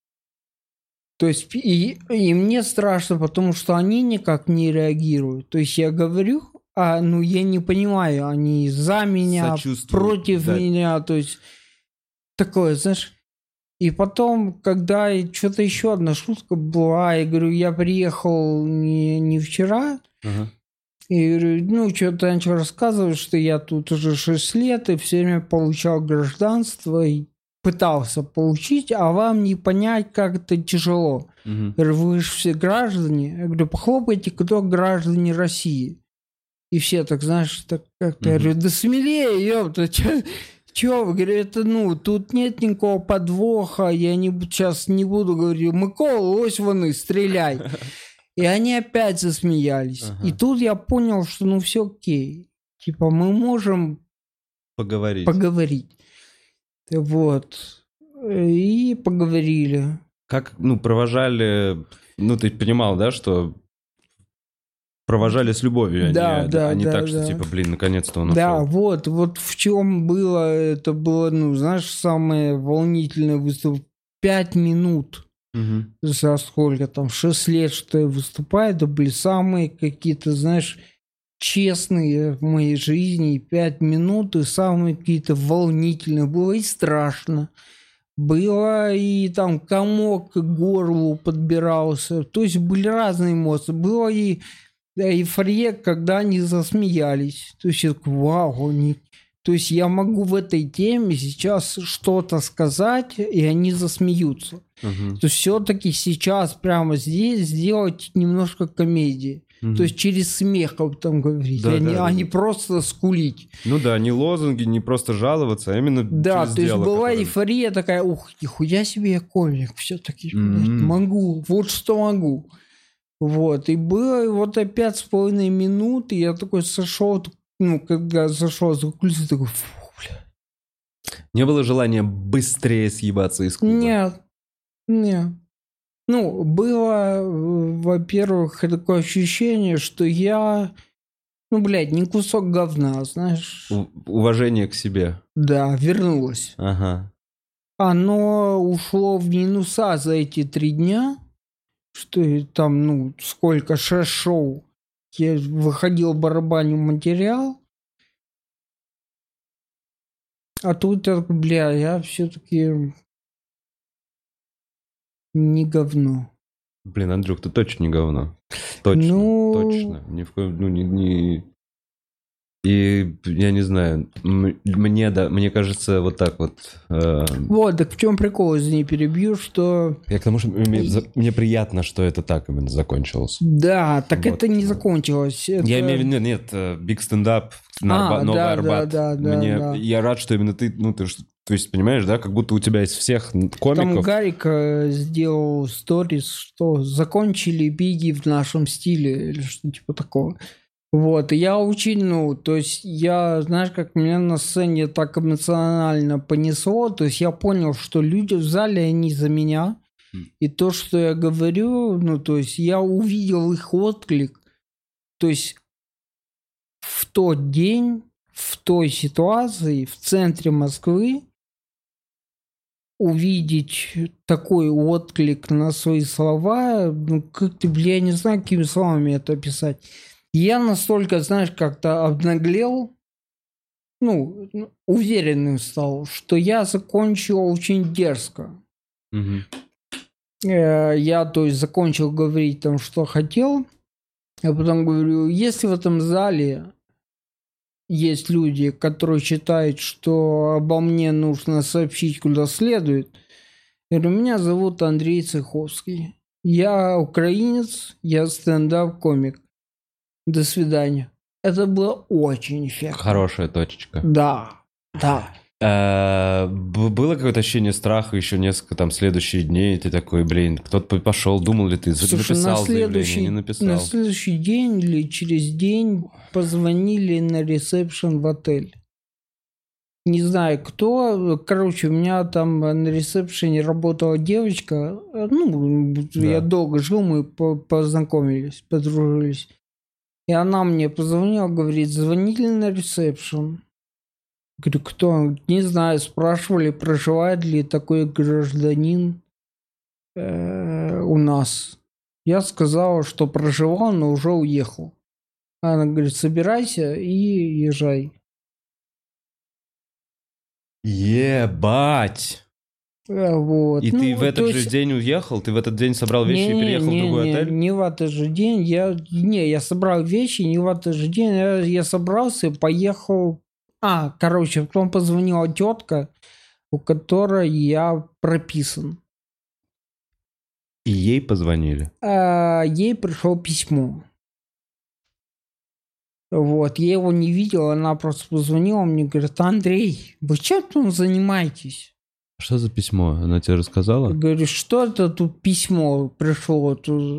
То есть, и мне страшно, потому что они никак не реагируют. То есть я говорю, ну, я не понимаю, они за меня, против меня. То есть, такое, знаешь... И потом, когда что-то еще одна шутка была, я говорю, я приехал не вчера, и говорю, ну, что-то начал рассказывать, что я тут уже 6 лет и все время получал гражданство и пытался получить, а вам не понять, как это тяжело. Я говорю, вы же все граждане. Я говорю, похлопайте, кто граждане России. И все так, знаешь, так как-то, я говорю, да смелее, ёпта, Чё, вы говорите, это, ну, тут нет никакого подвоха, я сейчас не буду говорить, Микола, ось вони, стреляй. И они опять засмеялись. И тут я понял, что, ну, все окей. Типа, мы можем поговорить. Вот. И поговорили.
Как, ну, провожали, ну, ты понимал, да, что... Провожали с любовью, а не так, что типа, блин, наконец-то он ушел.
Да, вот в чем было, это было, ну, знаешь, самое волнительное выступление. 5 минут за сколько там, 6 лет, что я выступаю, это были самые какие-то, знаешь, честные в моей жизни, 5 минут, и самые какие-то волнительные. Было и страшно. Было и там комок к горлу подбирался. То есть были разные эмоции. Было и эйфория, когда они засмеялись. То есть, вау, то есть я могу в этой теме сейчас что-то сказать, и они засмеются. То есть все-таки сейчас прямо здесь сделать немножко комедии. То есть через смех как там говорить, а не просто скулить.
Ну да, не лозунги, не просто жаловаться, а именно
да,
через
то есть
дело,
была эйфория такая, ух, нихуя себе я комик, все-таки могу, вот что могу. Вот, и было вот 5,5 минут, и я такой сошел, когда зашел за кулисы, такой, фу, бля.
Не было желания быстрее съебаться из клуба?
Нет. Было, во-первых, такое ощущение, что я, не кусок говна, знаешь.
Уважение к себе.
Да, вернулось.
Ага.
Оно ушло в минуса за эти 3 дня, что там, сколько 6 шоу. Я выходил, барабанил материал. А тут, я все-таки не говно.
Блин, Андрюх, ты точно не говно. Точно. Ни в коем, И я не знаю, мне кажется, вот так вот.
Вот, так в чем прикол, извини, перебью, что...
Я к тому, что мне приятно, что это так именно закончилось.
Да, так вот. Это не закончилось. Это...
Я имею в виду, нет, Big Stand Up, Новый Арбат. Я рад, что именно ты, то есть, понимаешь, да, как будто у тебя из всех комиков...
Там Гарик сделал сторис, что закончили биги в нашем стиле, или что типа такого. Вот, и я очень, то есть я, знаешь, как меня на сцене так эмоционально понесло, то есть я понял, что люди в зале, они за меня, и то, что я говорю, то есть я увидел их отклик, то есть в тот день, в той ситуации, в центре Москвы, увидеть такой отклик на свои слова, я не знаю, какими словами это описать. Я настолько, знаешь, как-то обнаглел, уверенным стал, что я закончил очень дерзко.
Угу.
Я, то есть, закончил говорить там, что хотел, а потом говорю, если в этом зале есть люди, которые считают, что обо мне нужно сообщить куда следует, я говорю, меня зовут Андрей Цеховский. Я украинец, я стендап-комик. До свидания. Это было очень эффектно.
Хорошая точечка.
Да.
Было какое-то ощущение страха еще несколько там следующих дней? Ты такой, кто-то пошел, думал ли ты, написал заявление, не написал?
На следующий день или через день позвонили на ресепшн в отель. Не знаю кто. Короче, у меня там на ресепшене работала девочка. Я долго жил, мы познакомились, подружились. И она мне позвонила, говорит, звонили на ресепшн. Говорю, кто? Не знаю, спрашивали, проживает ли такой гражданин у нас. Я сказал, что проживал, но уже уехал. Она говорит, собирайся и езжай.
Ебать!
Вот.
И ты в этот же день уехал? Ты в этот день собрал вещи и переехал в другой отель?
Не в этот же день. Я собрал вещи, не в этот же день. Я собрался и поехал. Потом позвонила тетка, у которой я прописан.
И ей позвонили?
Ей пришло письмо. Вот, я его не видел, она просто позвонила мне, говорит, Андрей, вы чем тут занимаетесь?
Что за письмо? Она тебе рассказала?
Я говорю, что это тут письмо пришло?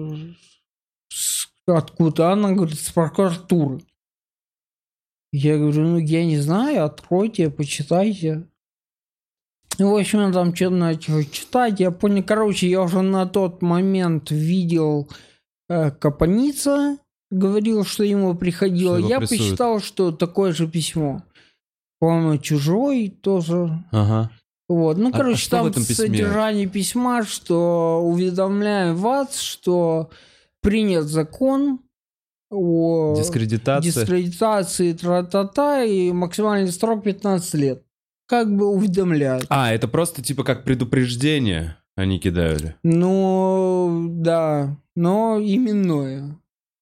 Откуда? Она говорит, с прокуратуры. Я говорю, я не знаю, откройте, почитайте. В общем, я там что-то начал читать. Я понял, я уже на тот момент видел Капаница, говорил, что ему приходило. Я посчитал, что такое же письмо. По-моему, Чужой тоже.
Ага.
Вот, там содержание письма, что уведомляем вас, что принят закон о дискредитации тра-та-та и максимальный срок 15 лет. Как бы уведомляют.
Это просто типа как предупреждение они кидали?
Да, но именное.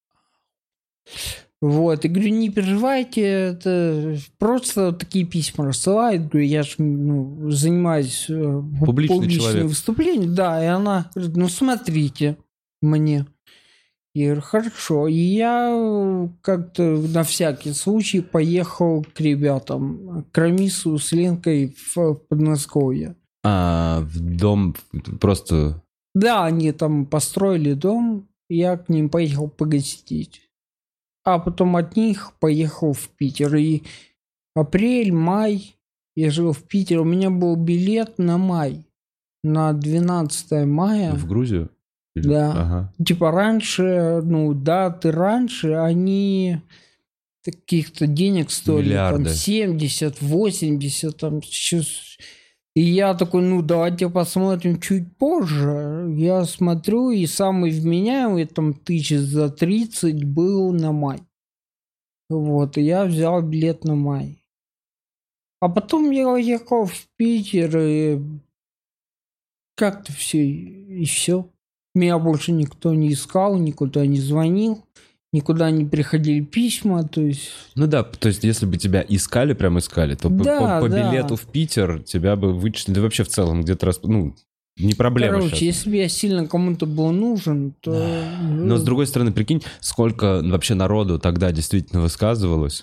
Вот, и говорю, не переживайте, это просто такие письма рассылают. Говорю, я же занимаюсь публичным выступлением. Да, и она говорит, смотрите мне. Я говорю, хорошо. И я как-то на всякий случай поехал к ребятам, к Рамису с Ленкой в Подмосковье.
В дом просто...
Да, они там построили дом. я к ним поехал погостить. А потом от них поехал в Питер. И апрель, май я жил в Питере. У меня был билет на май. На 12 мая.
В Грузию?
Да.
Ага.
Типа раньше, даты раньше, они каких-то денег стоили.
Миллиарды.
Там 70, 80, там сейчас. И я такой, давайте посмотрим чуть позже. Я смотрю, и самый вменяемый, там, 1030 был на май. Вот, и я взял билет на май. А потом я уехал в Питер, и как-то все, и все. Меня больше никто не искал, никуда не звонил, никуда не приходили письма, то есть...
то есть если бы тебя искали, прям искали, то по билету в Питер тебя бы вычислили, да вообще в целом где-то не проблема.
Короче, если бы я сильно кому-то был нужен, то...
Но с другой стороны, прикинь, сколько вообще народу тогда действительно высказывалось,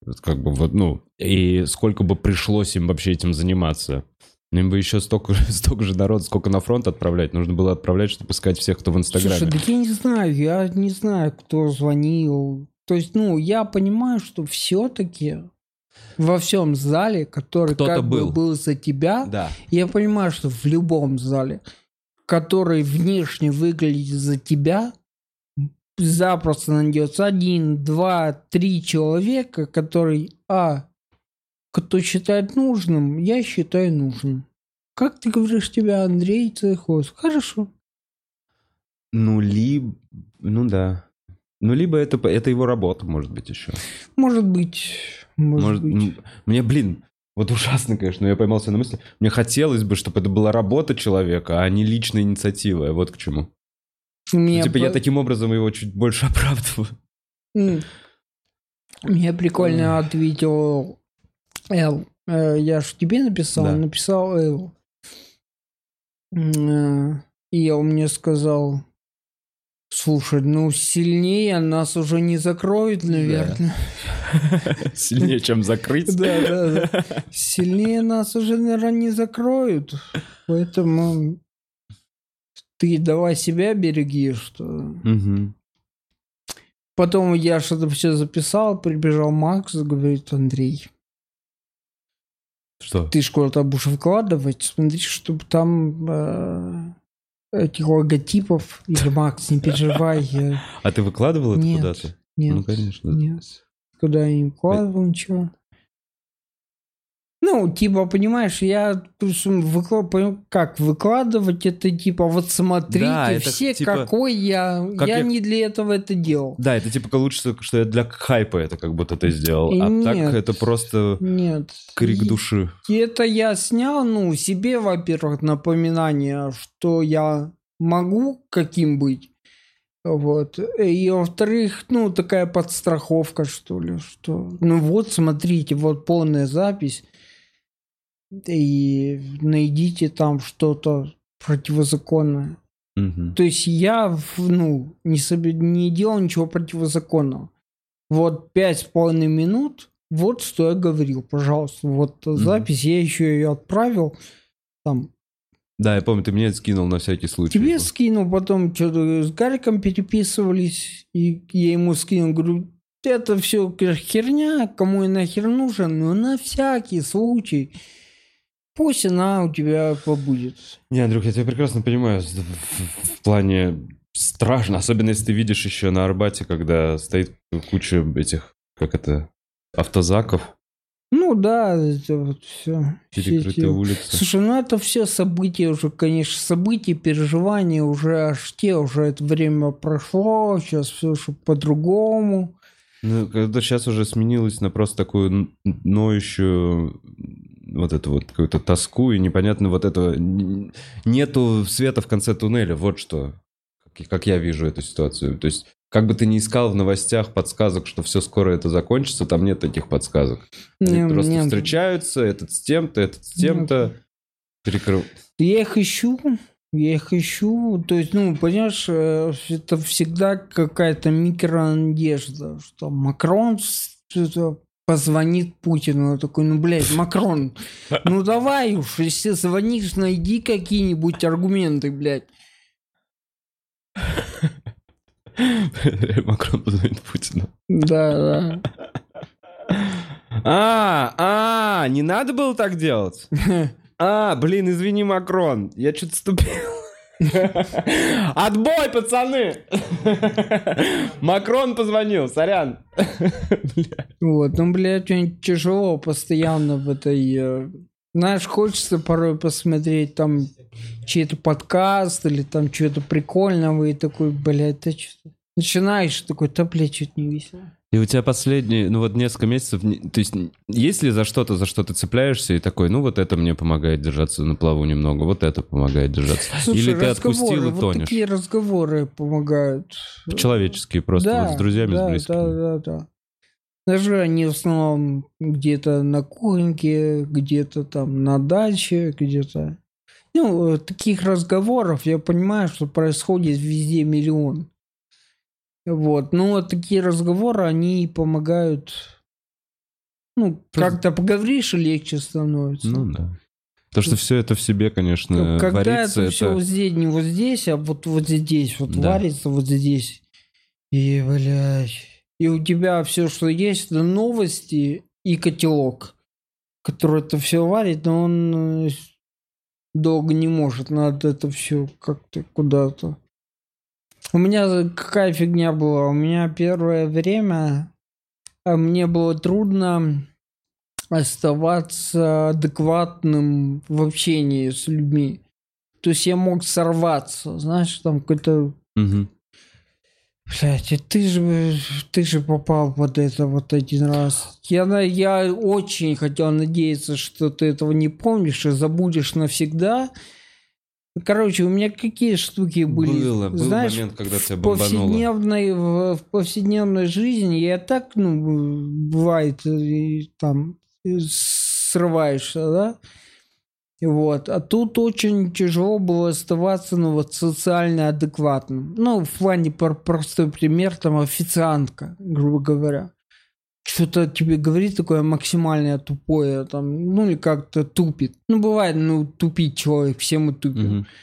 и сколько бы пришлось им вообще этим заниматься. Им бы еще столько же народу, сколько на фронт отправлять. Нужно было отправлять, чтобы искать всех, кто в Инстаграме.
Слушай, я не знаю, кто звонил. То есть, я понимаю, что все-таки во всем зале, который
кто-то
был за тебя,
да. Я
понимаю, что в любом зале, который внешне выглядит за тебя, запросто найдется 1, 2, 3 человека, который, кто считает нужным, я считаю нужным. Как ты говоришь, тебя Андрей Цехос? Хорошо.
Да. Либо это его работа, может быть, еще.
Может быть.
Мне, вот ужасно, конечно, но я поймался на мысли. Мне хотелось бы, чтобы это была работа человека, а не личная инициатива. Вот к чему. Я таким образом его чуть больше оправдываю.
Мне прикольно ответил Эл. Я же тебе написал,
да.
Написал Эл. И он мне сказал: слушай, сильнее нас уже не закроют, наверное.
Сильнее, чем закрыть?
Да. Сильнее нас уже, наверное, не закроют. Поэтому ты давай себя береги, что... Потом я что-то все записал, прибежал Макс, говорит: Андрей,
что?
Ты куда-то будешь выкладывать, смотри, чтобы там этих логотипов. Или, Макс, не переживай.
А ты выкладывал это куда-то?
Нет.
Конечно.
Нет. Куда я не выкладывал ничего. Понимаешь, я как выкладывать это, вот смотрите,
да, это,
все, какой я. Я не для этого это делал.
Да, это получится, что я для хайпа это как будто ты сделал. Нет, так это просто крик души.
И это я снял, себе, во-первых, напоминание, что я могу каким быть. Вот. И во-вторых, такая подстраховка, что ли, что... смотрите, вот полная запись. И найдите там что-то противозаконное. То есть я не делал ничего противозаконного. Вот 5,5 минут, вот что я говорил, пожалуйста. Вот запись, я еще ее отправил. Там.
Да, я помню, ты мне это скинул на всякий случай.
Тебе скинул, потом что-то с Гариком переписывались, и я ему скинул, говорю: это все херня, кому я нахер нужен, на всякий случай. Пусть она у тебя побудет.
Не, Андрюх, я тебя прекрасно понимаю. В плане страшно. Особенно, если ты видишь еще на Арбате, когда стоит куча этих, автозаков.
Да, это вот все.
Перекрытые улицы.
Слушай, это все события уже, конечно, события, переживания уже это время прошло, сейчас все уже по-другому.
Когда сейчас уже сменилось на просто такую ноющую какую-то тоску, и непонятно этого... Нету света в конце туннеля, вот что. Как я вижу эту ситуацию. То есть, как бы ты ни искал в новостях подсказок, что все скоро это закончится, там нет таких подсказок. Они просто встречаются, этот с тем-то, этот с тем-то.
Я их ищу. То есть, понимаешь, это всегда какая-то микронадежда, что Макрон позвонит Путину. Я такой: Макрон, давай уж, если звонишь, найди какие-нибудь аргументы, блядь.
Макрон позвонит Путину.
Да.
Не надо было так делать? Блин, извини, Макрон, я что-то ступил. Отбой, пацаны! Макрон позвонил, сорян.
Вот, блядь, очень тяжело постоянно в этой... Знаешь, хочется порой посмотреть там чей-то подкаст или там что-то прикольного, и такой, блядь, ты что-то... Начинаешь такой, да, блядь, что-то не весело.
И у тебя последние, несколько месяцев, то есть есть ли за что ты цепляешься и такой, вот это мне помогает держаться на плаву немного, вот это помогает держаться.
Слушай,
или ты отпустил и
вот
тонешь?
Такие разговоры помогают.
Человеческие просто,
да,
с друзьями, с близкими.
Да. Даже они в основном где-то на кухоньке, где-то там на даче, где-то. Таких разговоров, я понимаю, что происходит везде миллион. Вот, такие разговоры, они помогают, как-то поговоришь, и легче становится.
Да. Потому что все это в себе, конечно,
когда
варится.
Это все не вот здесь, а вот здесь, варится вот здесь. И, блядь, и у тебя все, что есть, это новости и котелок, который это все варит, но он долго не может, надо это все как-то куда-то. У меня какая фигня была? У меня первое время мне было трудно оставаться адекватным в общении с людьми. То есть я мог сорваться, знаешь, там какой-то...
Угу.
Блядь, ты же попал под это вот один раз. Я очень хотел надеяться, что ты этого не помнишь и забудешь навсегда. Короче, у меня какие штуки были?
Был
знаешь,
момент, когда тебя бомбануло.
В повседневной жизни я так, бывает, там срываешься, да? Вот. А тут очень тяжело было оставаться, социально адекватным. В плане, простой пример, там, официантка, грубо говоря. Что-то тебе говорит такое максимально тупое, там, или как-то тупит. Бывает, тупит человек, все мы тупим.
Угу.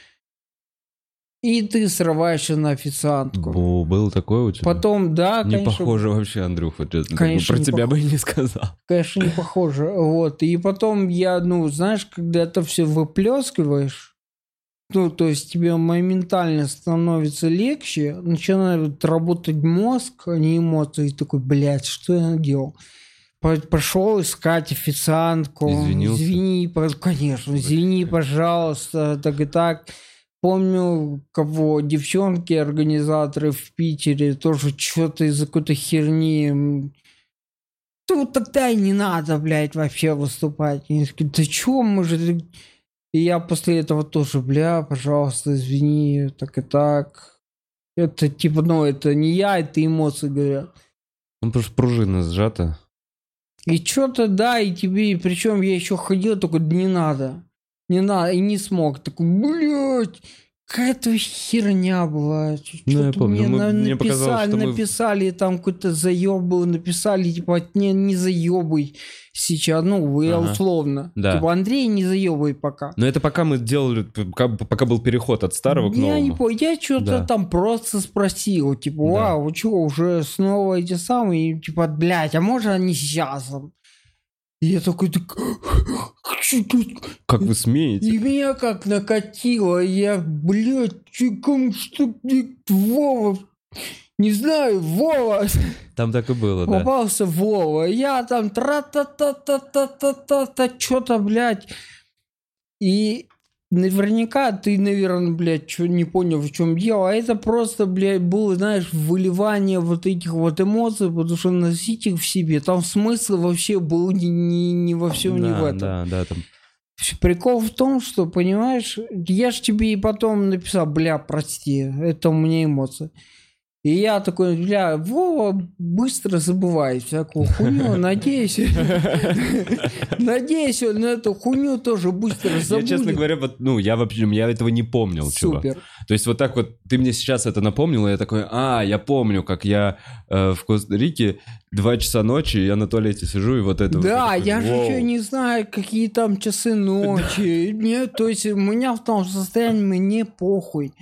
И ты срываешься на официантку.
Было такое у тебя?
Потом, да,
не
конечно.
Не похоже вообще, Андрюха.
Конечно,
про тебя бы и не сказал.
Конечно, не похоже. Вот. И потом я, знаешь, когда это все выплескиваешь, то есть тебе моментально становится легче, начинает работать мозг, а не эмоции. И такой, блядь, что я наделал? Пошел искать официантку.
Извинился?
Конечно, извини, пожалуйста, так и так. Помню, девчонки, организаторы в Питере тоже что-то из-за какой-то херни. Тогда и не надо, блядь, вообще выступать. И они такие, да чё, мы же... И я после этого тоже, пожалуйста, извини, так и так. Это это не я, это эмоции говорят.
Потому что пружина сжата.
И что-то, да, и тебе, причем я еще ходил, такой, да не надо, и не смог. Такой, блядь, какая-то херня была.
Я помню, мне показалось, что
написали там какой-то заеб был, написали, типа, не заебай сейчас, условно.
Да.
Типа, Андрей, не заебай пока.
Но это пока мы делали, пока был переход от старого к новому.
Я не понял, я что-то там просто спросил, типа, вау, вы что, уже снова эти самые, типа, блядь, а можно они сейчас? И я такой,
как вы смеете?
И меня как накатило, я, блядь, что, Вова, не знаю, Вова.
Там так и было, да.
Попался Вова, я там тра-та-та-та-та-та-та, что-то, блядь. И наверняка ты, наверное, блядь, что не понял, в чем дело. А это просто, блядь, было, знаешь, выливание вот этих вот эмоций, потому что носить их в себе. Там смысл вообще был не во всем, не в этом.
Да, там.
Прикол в том, что, понимаешь, я ж тебе и потом написал, прости, это у меня эмоции. И я такой, Вова быстро забывает всякую хуйню, надеюсь, он эту хуйню тоже быстро забудет.
Я, честно говоря, я этого не помнил, чувак.
Супер.
То есть вот так вот, ты мне сейчас это напомнил, и я такой, я помню, как я в Коста-Рике 2 часа ночи, я на туалете сижу, и вот это...
Да,
вот
я же еще не знаю, какие там часы ночи. Нет, то есть у меня в том состоянии, мне похуй.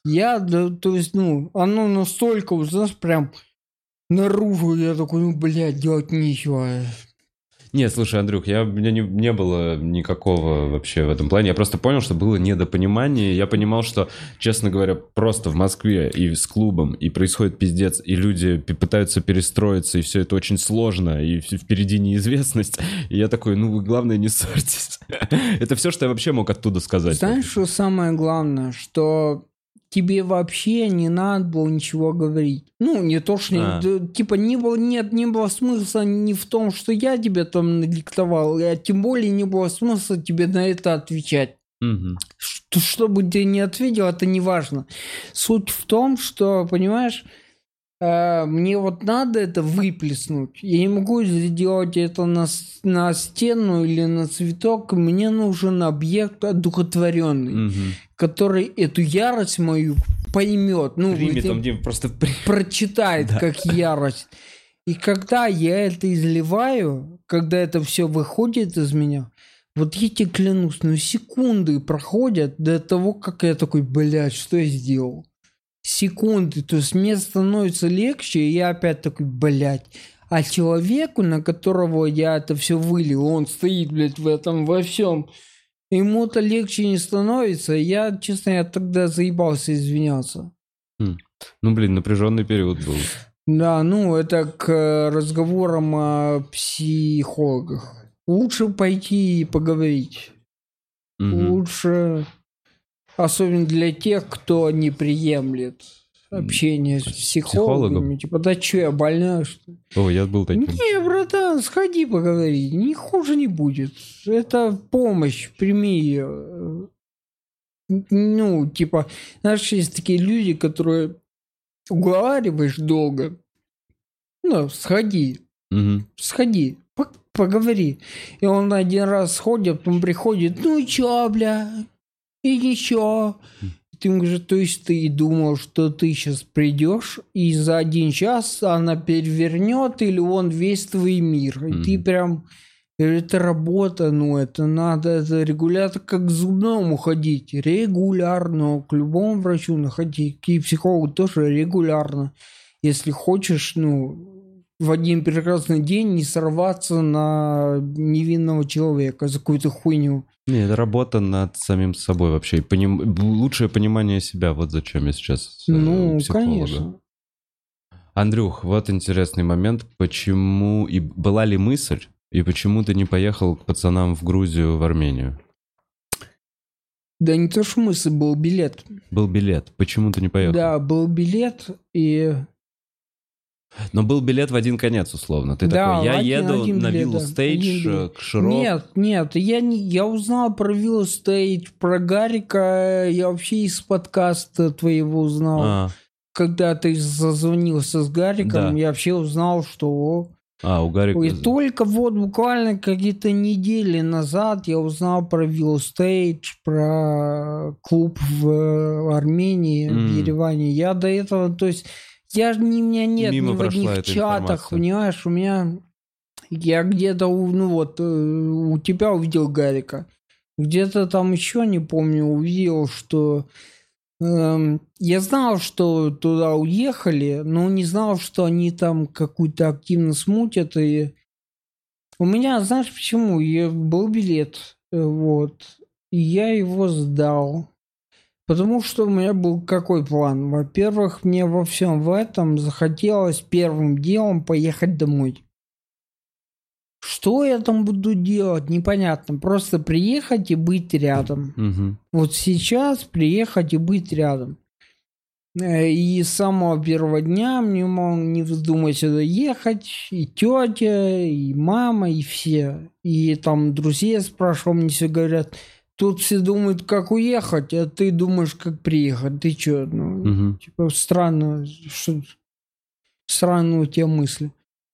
То есть, оно настолько, знаешь, прям наружу, я такой, блядь, делать нечего.
Нет, слушай, Андрюх, у меня не было никакого вообще в этом плане. Я просто понял, что было недопонимание. Я понимал, что, честно говоря, просто в Москве и с клубом, и происходит пиздец, и люди пытаются перестроиться, и все это очень сложно, и впереди неизвестность. И я такой, вы, главное, не ссорьтесь. Это все, что я вообще мог оттуда сказать.
Знаешь, что самое главное? Что тебе вообще не надо было ничего говорить. Не то, что... не было смысла не в том, что я тебе там надиктовал, а тем более не было смысла тебе на это отвечать.
Угу.
Что бы ты не ответил, это не важно. Суть в том, что, понимаешь, мне надо это выплеснуть. Я не могу сделать это на стену или на цветок. Мне нужен объект одухотворенный, который эту ярость мою поймет.
Примет, он просто
прочитает, как ярость. И когда я это изливаю, когда это все выходит из меня, я тебе клянусь, секунды проходят до того, как я такой, блядь, что я сделал? Секунды, то есть мне становится легче, и я опять такой, блядь. А человеку, на которого я это все вылил, он стоит, блядь, во всем, ему-то легче не становится. Я, честно, я тогда заебался извиняться.
Напряженный период был.
Да, это к разговорам о психологах. Лучше пойти и поговорить. Лучше... Особенно для тех, кто не приемлет общение с психологами. Типа, да что, я больная, что ли?
О, я был таким.
Не, братан, сходи поговори. Ни хуже не будет. Это помощь, прими ее. Знаешь, есть такие люди, которые уговариваешь долго. Сходи. Сходи. Поговори. И он один раз сходит, потом приходит, и чё, бля? И ничего. Ты ему говоришь, то есть ты думал, что ты сейчас придешь, и за 1 час она перевернет, или он весь твой мир. И ты прям... Это работа, это надо, это регулярно, как к зубному ходить. Регулярно. К любому врачу находить. К психологу тоже регулярно. Если хочешь, в один прекрасный день не сорваться на невинного человека за какую-то хуйню.
Не, это работа над самим собой вообще. Лучшее понимание себя. Вот зачем я сейчас психолога.
Конечно.
Андрюх, вот интересный момент. Почему и была ли мысль, и почему ты не поехал к пацанам в Грузию, в Армению?
Да не то, что мысль, был билет.
Был билет. Почему ты не поехал?
Да, был билет, и...
Но был билет в один конец, условно. Ты такой, я еду на Виллу Стейдж к Широк.
Нет, я узнал про Виллу Стейдж, про Гарика, я вообще из подкаста твоего узнал. Когда ты зазвонился с Гариком, я вообще узнал, что...
у Гарика...
И только буквально какие-то недели назад я узнал про Виллу Стейдж, про клуб в Армении, в Ереване. Я до этого, то есть... у меня нет ни в одних чатах, понимаешь, я где-то, у тебя увидел Гарика, где-то там еще, не помню, увидел, что я знал, что туда уехали, но не знал, что они там какую-то активно смутят, и у меня, знаешь почему, был билет, и я его сдал. Потому что у меня был какой план? Во-первых, мне во всем в этом захотелось первым делом поехать домой. Что я там буду делать, непонятно. Просто приехать и быть рядом. Вот сейчас приехать и быть рядом. И с самого первого дня мне, не вздумай сюда ехать. И тетя, и мама, и все. И там друзья спрашивают, мне все говорят... Тут все думают, как уехать, а ты думаешь, как приехать. Ты что? Типа странно, странные у тебя мысли.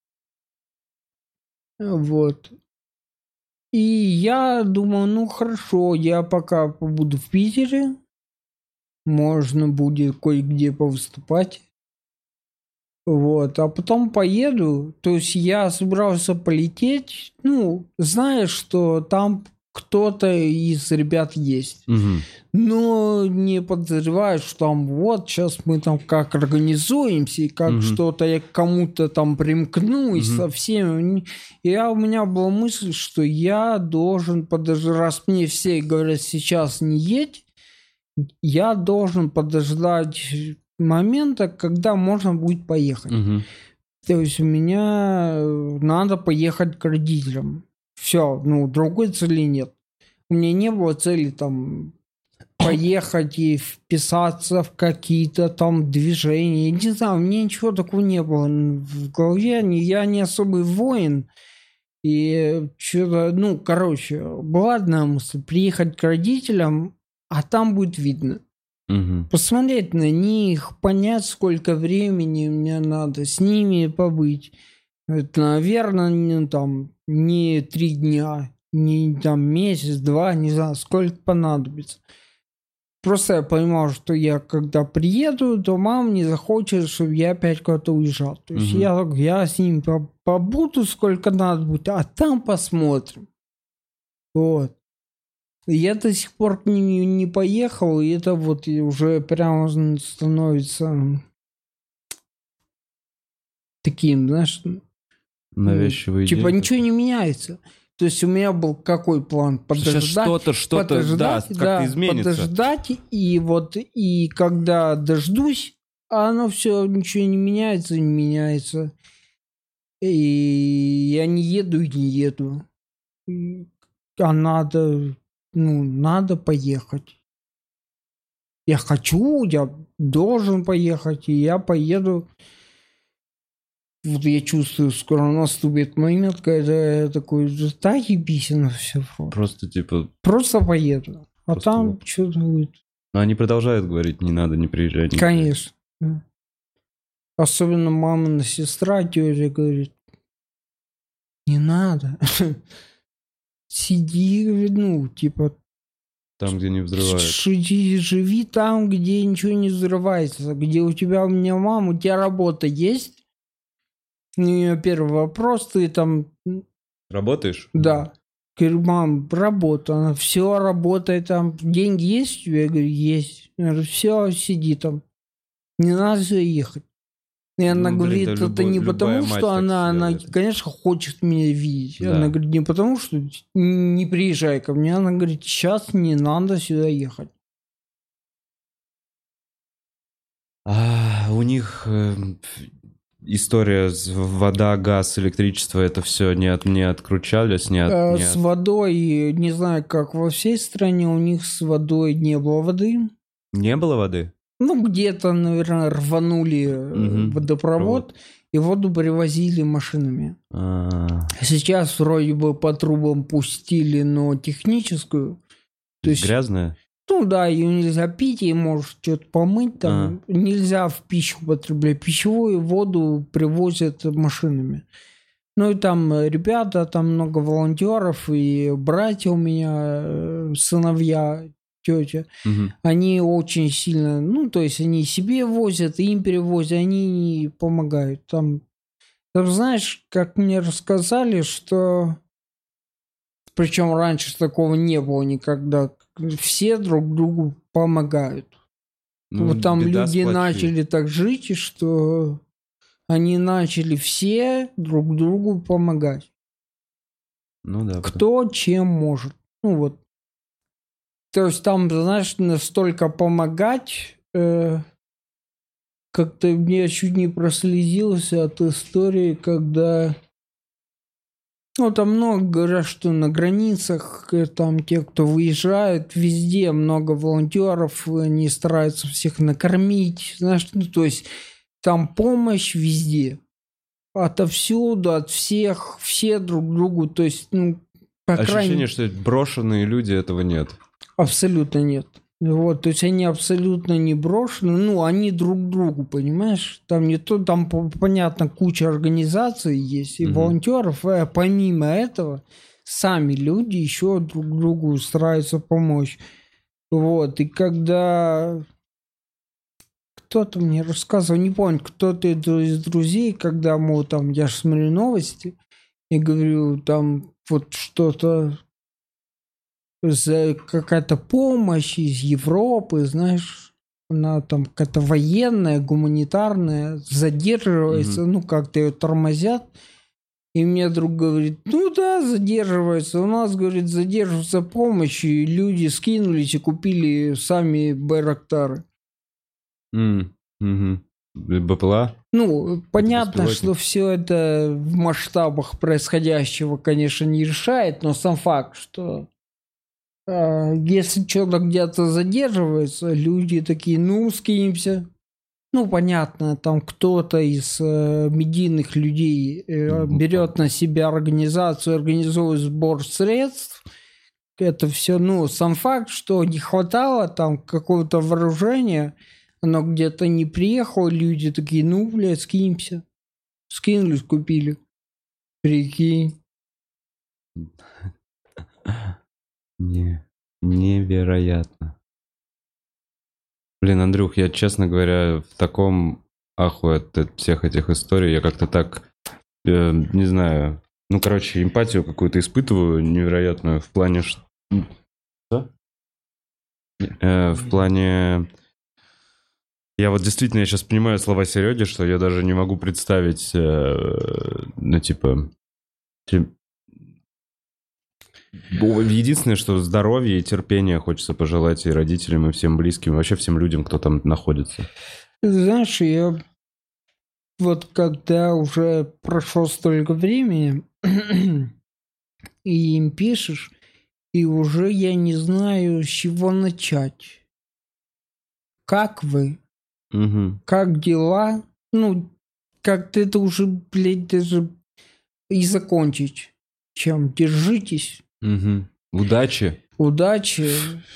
И я думаю, хорошо, я пока побуду в Питере. Можно будет кое-где повыступать. А потом поеду. То есть я собирался полететь. Знаешь, что там кто-то из ребят есть. Но не подозреваю, что там вот сейчас мы там как организуемся, и как что-то я к кому-то там примкну, и совсем... У меня была мысль, что я должен подождать, раз мне все говорят, сейчас не едь, я должен подождать момента, когда можно будет поехать. То есть у меня надо поехать к родителям. Все, другой цели нет. У меня не было цели там поехать и вписаться в какие-то там движения. Не знаю, у меня ничего такого не было в голове. Я не особый воин. И что-то, была одна мысль. Приехать к родителям, а там будет видно. Посмотреть на них, понять, сколько времени мне надо с ними побыть. Это, наверное, не 3 дня, не месяц, 2, не знаю, сколько понадобится. Просто я понимал, что я когда приеду, то мама не захочет, чтобы я опять куда-то уезжал. То есть я с ними побуду, сколько надо будет, а там посмотрим. Вот. Я до сих пор к ним не поехал, и это вот уже прямо становится таким, знаешь,
навязчивый.
Типа ничего не меняется. То есть у меня был какой план?
Подождать, что-то как-то изменится.
Подождать, и когда дождусь, оно все ничего не меняется. И я не еду. А надо поехать. Я хочу, я должен поехать, и я поеду. Вот я чувствую, скоро наступит момент, когда я такой, да ебись на все. Просто поеду. А просто там вот. Что-то будет.
Но они продолжают говорить, не надо, не приезжай.
Конечно. Особенно мамина сестра, тетя говорит, не надо. Сиди,
там, где не взрывают.
Живи там, где ничего не взрывается. Где у меня мама, у тебя работа есть? У нее первый вопрос, ты там...
Работаешь?
Да. Говорю, мам, работа. Она, все, работает там. Деньги есть у тебя? Я говорю, есть. Я говорю, все, сиди там. Не надо сюда ехать. И она говорит, это не потому, что она, конечно, хочет меня видеть. Да. Она говорит, не потому, что не приезжай ко мне. Она говорит, сейчас не надо сюда ехать.
У них история с вода, газ, электричество, это все не откручались?
С водой, не знаю, как во всей стране, у них с водой не было воды.
Не было воды?
Где-то, наверное, рванули водопровод, и воду привозили машинами. Сейчас вроде бы по трубам пустили, но техническую.
То есть грязная?
Да, ее нельзя пить, и можешь что-то помыть. Там. Нельзя в пищу употреблять. Пищевую воду привозят машинами. И там ребята, там много волонтеров, и братья у меня, сыновья, тетя, они очень сильно, то есть они себе возят, и им перевозят, они помогают. Там, знаешь, как мне рассказали, что... Причем раньше такого не было никогда. Все друг другу помогают. Вот там люди начали так жить, что они начали все друг другу помогать. Кто чем может. То есть там, знаешь, настолько помогать, как-то мне чуть не прослезился от истории, когда... там много говорят, что на границах, там те, кто выезжают, везде много волонтеров, они стараются всех накормить, знаешь, то есть там помощь везде, отовсюду, от всех, все друг другу, то есть,
ощущение, что брошенные люди, этого нет.
Абсолютно нет. То есть они абсолютно не брошены, они друг другу, понимаешь? Там понятно, куча организаций есть и волонтеров, а помимо этого сами люди еще друг другу стараются помочь. И когда кто-то мне рассказывал, не помню, кто-то из друзей, когда я же смотрю новости, и говорю, там вот что-то какая-то помощь из Европы, знаешь, она там какая-то военная, гуманитарная, задерживается, ну, как-то ее тормозят. И мне друг говорит, ну да, задерживается. У нас, говорит, задерживается помощь, и люди скинулись и купили сами Байрактары.
БПЛА?
Ну, понятно, что все это в масштабах происходящего, конечно, не решает, но сам факт, что если что-то где-то задерживается, люди такие, ну, скинемся. Ну, понятно, там кто-то из медийных людей берет на себя организацию, организует сбор средств. Это все, ну, сам факт, что не хватало там какого-то вооружения, оно где-то не приехало, люди такие, ну, блядь, скинемся. Скинулись, купили. Прикинь.
Невероятно. Блин, Андрюх, я, честно говоря, в таком ахуе от всех этих историй. Я как-то так, не знаю, ну, короче, эмпатию какую-то испытываю невероятную в плане... Что? В плане... Я вот действительно, я сейчас понимаю слова Сереги, что я даже не могу представить, ну, типа... Единственное, что здоровье и терпения хочется пожелать и родителям, и всем близким, и вообще всем людям, кто там находится.
Знаешь, я вот когда уже прошло столько времени, и им пишешь, и уже я не знаю, с чего начать. Как вы?
Угу.
Как дела? Ну, как-то это уже, блядь, даже и закончить. Чем? Держитесь.
Угу. Удачи.
Удачи.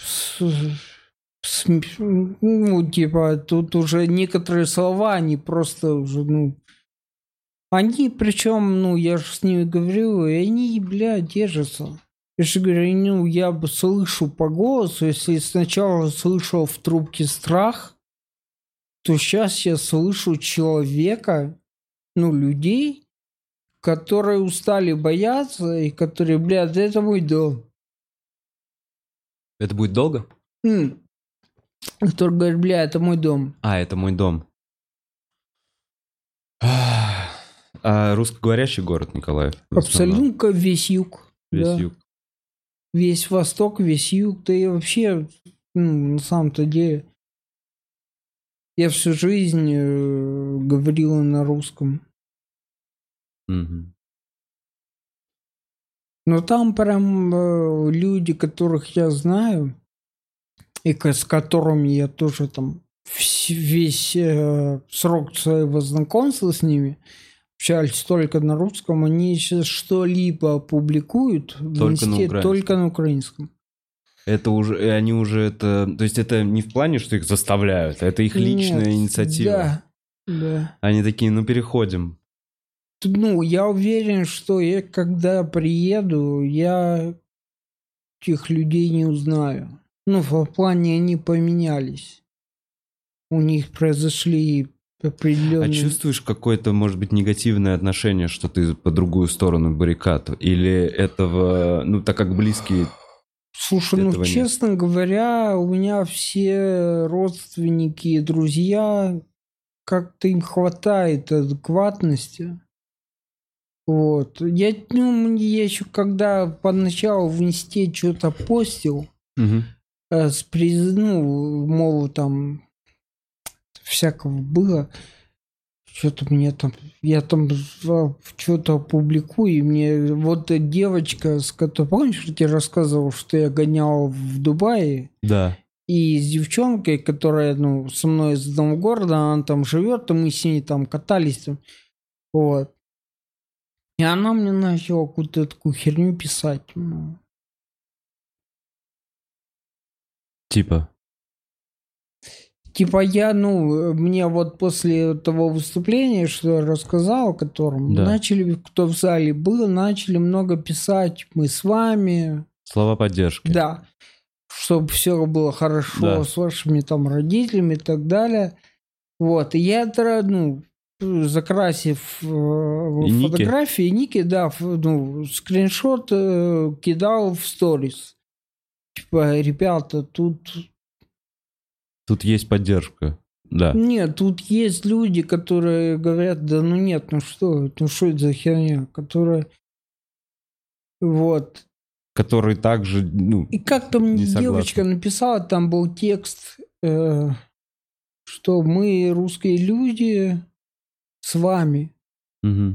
Ну, типа, тут уже некоторые слова, они просто уже, ну... Они, причем, ну, я же с ними говорю, и они, блядь, держатся. Я же говорю, ну, я бы слышу по голосу, если сначала слышал в трубке страх, то сейчас я слышу человека, ну, людей, которые устали бояться, и которые, блядь, это мой дом.
Это будет долго?
Который говорит, бля, это мой дом.
Это мой дом. А русскоговорящий город Николаев?
Абсолютно весь юг.
Весь юг.
Весь восток, весь юг. Да и вообще, на самом-то деле, я всю жизнь говорила на русском.
Угу.
Но там прям люди, которых я знаю, и с которыми я тоже там весь срок своего знакомства с ними общались только на русском, они сейчас что-либо публикуют в инсте только на украинском.
Это уже, они уже это, то есть это не в плане, что их заставляют, а это их личная инициатива.
Да.
Они такие, ну переходим.
Ну, я уверен, что я когда приеду, я этих людей не узнаю. Ну, в плане они поменялись. У них произошли определенные...
А чувствуешь какое-то, может быть, негативное отношение, что ты по другую сторону баррикад? Или этого, ну, так как близкие...
Слушай, ну, честно говоря, у меня все родственники и друзья, как-то им хватает адекватности. Вот. Я еще когда поначалу в инсте что-то постил, мол, там всякого было. Что-то мне там... Я там что-то публикую, и мне... Вот девочка, с которой... Помнишь, я тебе рассказывал, что я гонял в Дубае?
Да.
И с девчонкой, которая, ну, со мной из одного города, она там живет, и мы с ней там катались. Там, вот. И она мне начала какую-то такую херню писать. Ну.
Типа
я, мне вот после того выступления, что я рассказал, о котором начали, кто в зале был, начали много писать, мы с вами.
Слова поддержки.
Да. Чтобы все было хорошо с вашими там родителями и так далее. Вот. И я это, закрасив фотографии, ники, да, скриншот кидал в сторис. Типа, ребята, тут
есть поддержка, да.
Нет, тут есть люди, которые говорят, да ну нет, ну что это за херня, которая вот.
Который также, ну,
и как-то мне девочка написала, там был текст, что мы, русские люди, с вами.
Угу.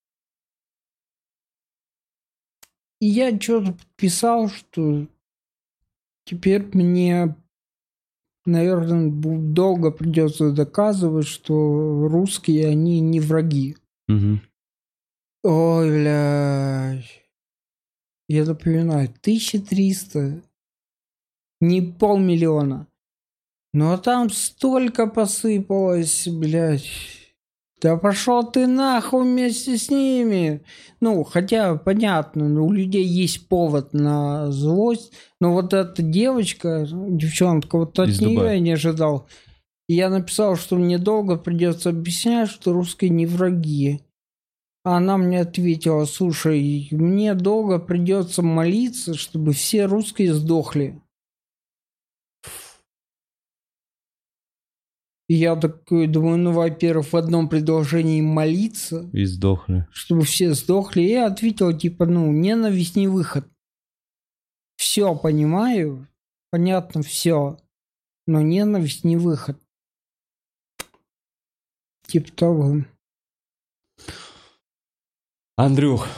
И я что-то подписал, что теперь мне, наверное, долго придется доказывать, что русские, они не враги.
Угу.
Ой, блядь. Я напоминаю, 1300, не 500 000. Но там столько посыпалось, блядь. Да пошел ты нахуй вместе с ними. Ну, хотя, понятно, у людей есть повод на злость. Но вот эта девочка, девчонка, вот от нее я не ожидал. И я написал, что мне долго придется объяснять, что русские не враги. А она мне ответила, слушай, мне долго придется молиться, чтобы все русские сдохли. И я такой думаю, ну, во-первых, в одном предложении молиться.
И сдохли.
Чтобы все сдохли. И я ответил, типа, ну, ненависть не выход. Все понимаю, понятно, все. Но ненависть не выход. Типа того.
Андрюх,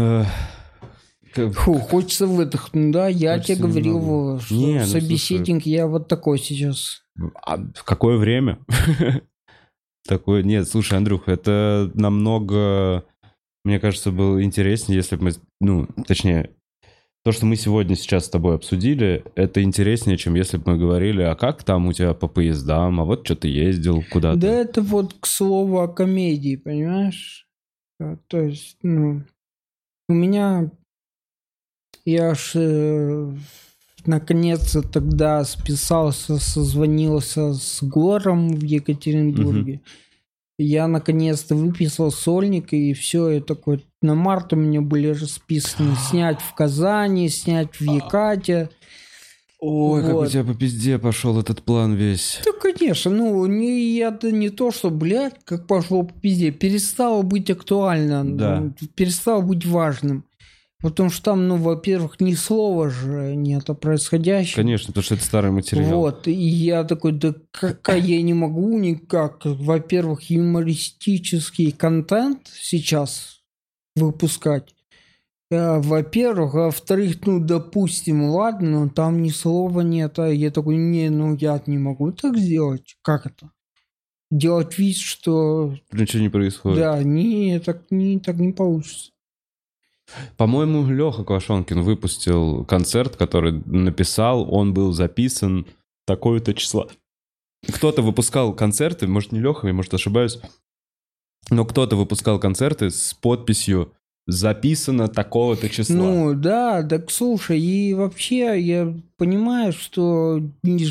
хочется выдохнуть, да? Я тебе говорил, что собеседник, я вот такой сейчас.
А в какое время? Такое, нет, слушай, Андрюх, это намного, мне кажется, было интереснее, если бы мы, ну, точнее, то, что мы сегодня сейчас с тобой обсудили, это интереснее, чем если бы мы говорили, а как там у тебя по поездам, а вот что ты ездил куда-то.
Да это вот к слову о комедии, понимаешь? То есть, ну, у меня, я ж наконец-то тогда списался, созвонился с Гором в Екатеринбурге. Я наконец-то выписал сольник, и все, и такой, на март у меня были расписаны снять в Казани, снять в Екате.
Ой, вот. Как у тебя по пизде пошел этот план весь.
Да, конечно, ну, это не то, что, блядь, как пошло по пизде, перестало быть актуально,
да.
Перестало быть важным. Потому что там, ну, во-первых, ни слова же нет о происходящем.
Конечно, потому что это старый материал.
Вот, и я такой, да какая я не могу никак. Во-первых, юмористический контент сейчас выпускать. Во-первых, а во-вторых, ну, допустим, ладно, но там ни слова нет. А я такой, не, ну, я не могу так сделать. Как это? Делать вид, что...
Ничего не происходит.
Да, так не получится.
По-моему, Леха Квашонкин выпустил концерт, который написал, он был записан такое-то число. Кто-то выпускал концерты, может, не Леха, я, может, ошибаюсь, но кто-то выпускал концерты с подписью «Записано такого-то числа».
Ну, да, так слушай, и вообще я понимаю, что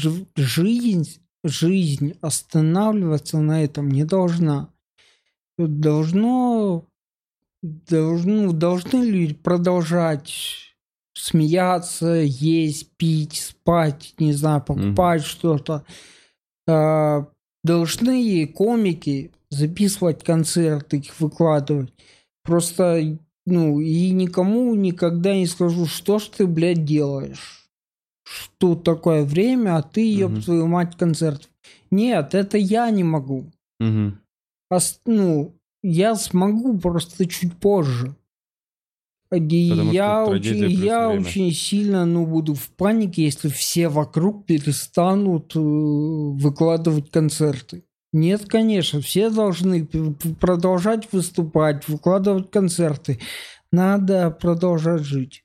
жизнь останавливаться на этом не должна. Должны люди продолжать смеяться, есть, пить, спать, не знаю, покупать что-то. Должны комики записывать концерты, их выкладывать. Просто, ну, и никому никогда не скажу, что ж ты, блядь, делаешь. Что такое время, а ты, ёб твою мать, концерт. Нет, это я не могу. Я смогу просто чуть позже. Я очень сильно буду в панике, если все вокруг перестанут выкладывать концерты. Нет, конечно, все должны продолжать выступать, выкладывать концерты. Надо продолжать жить.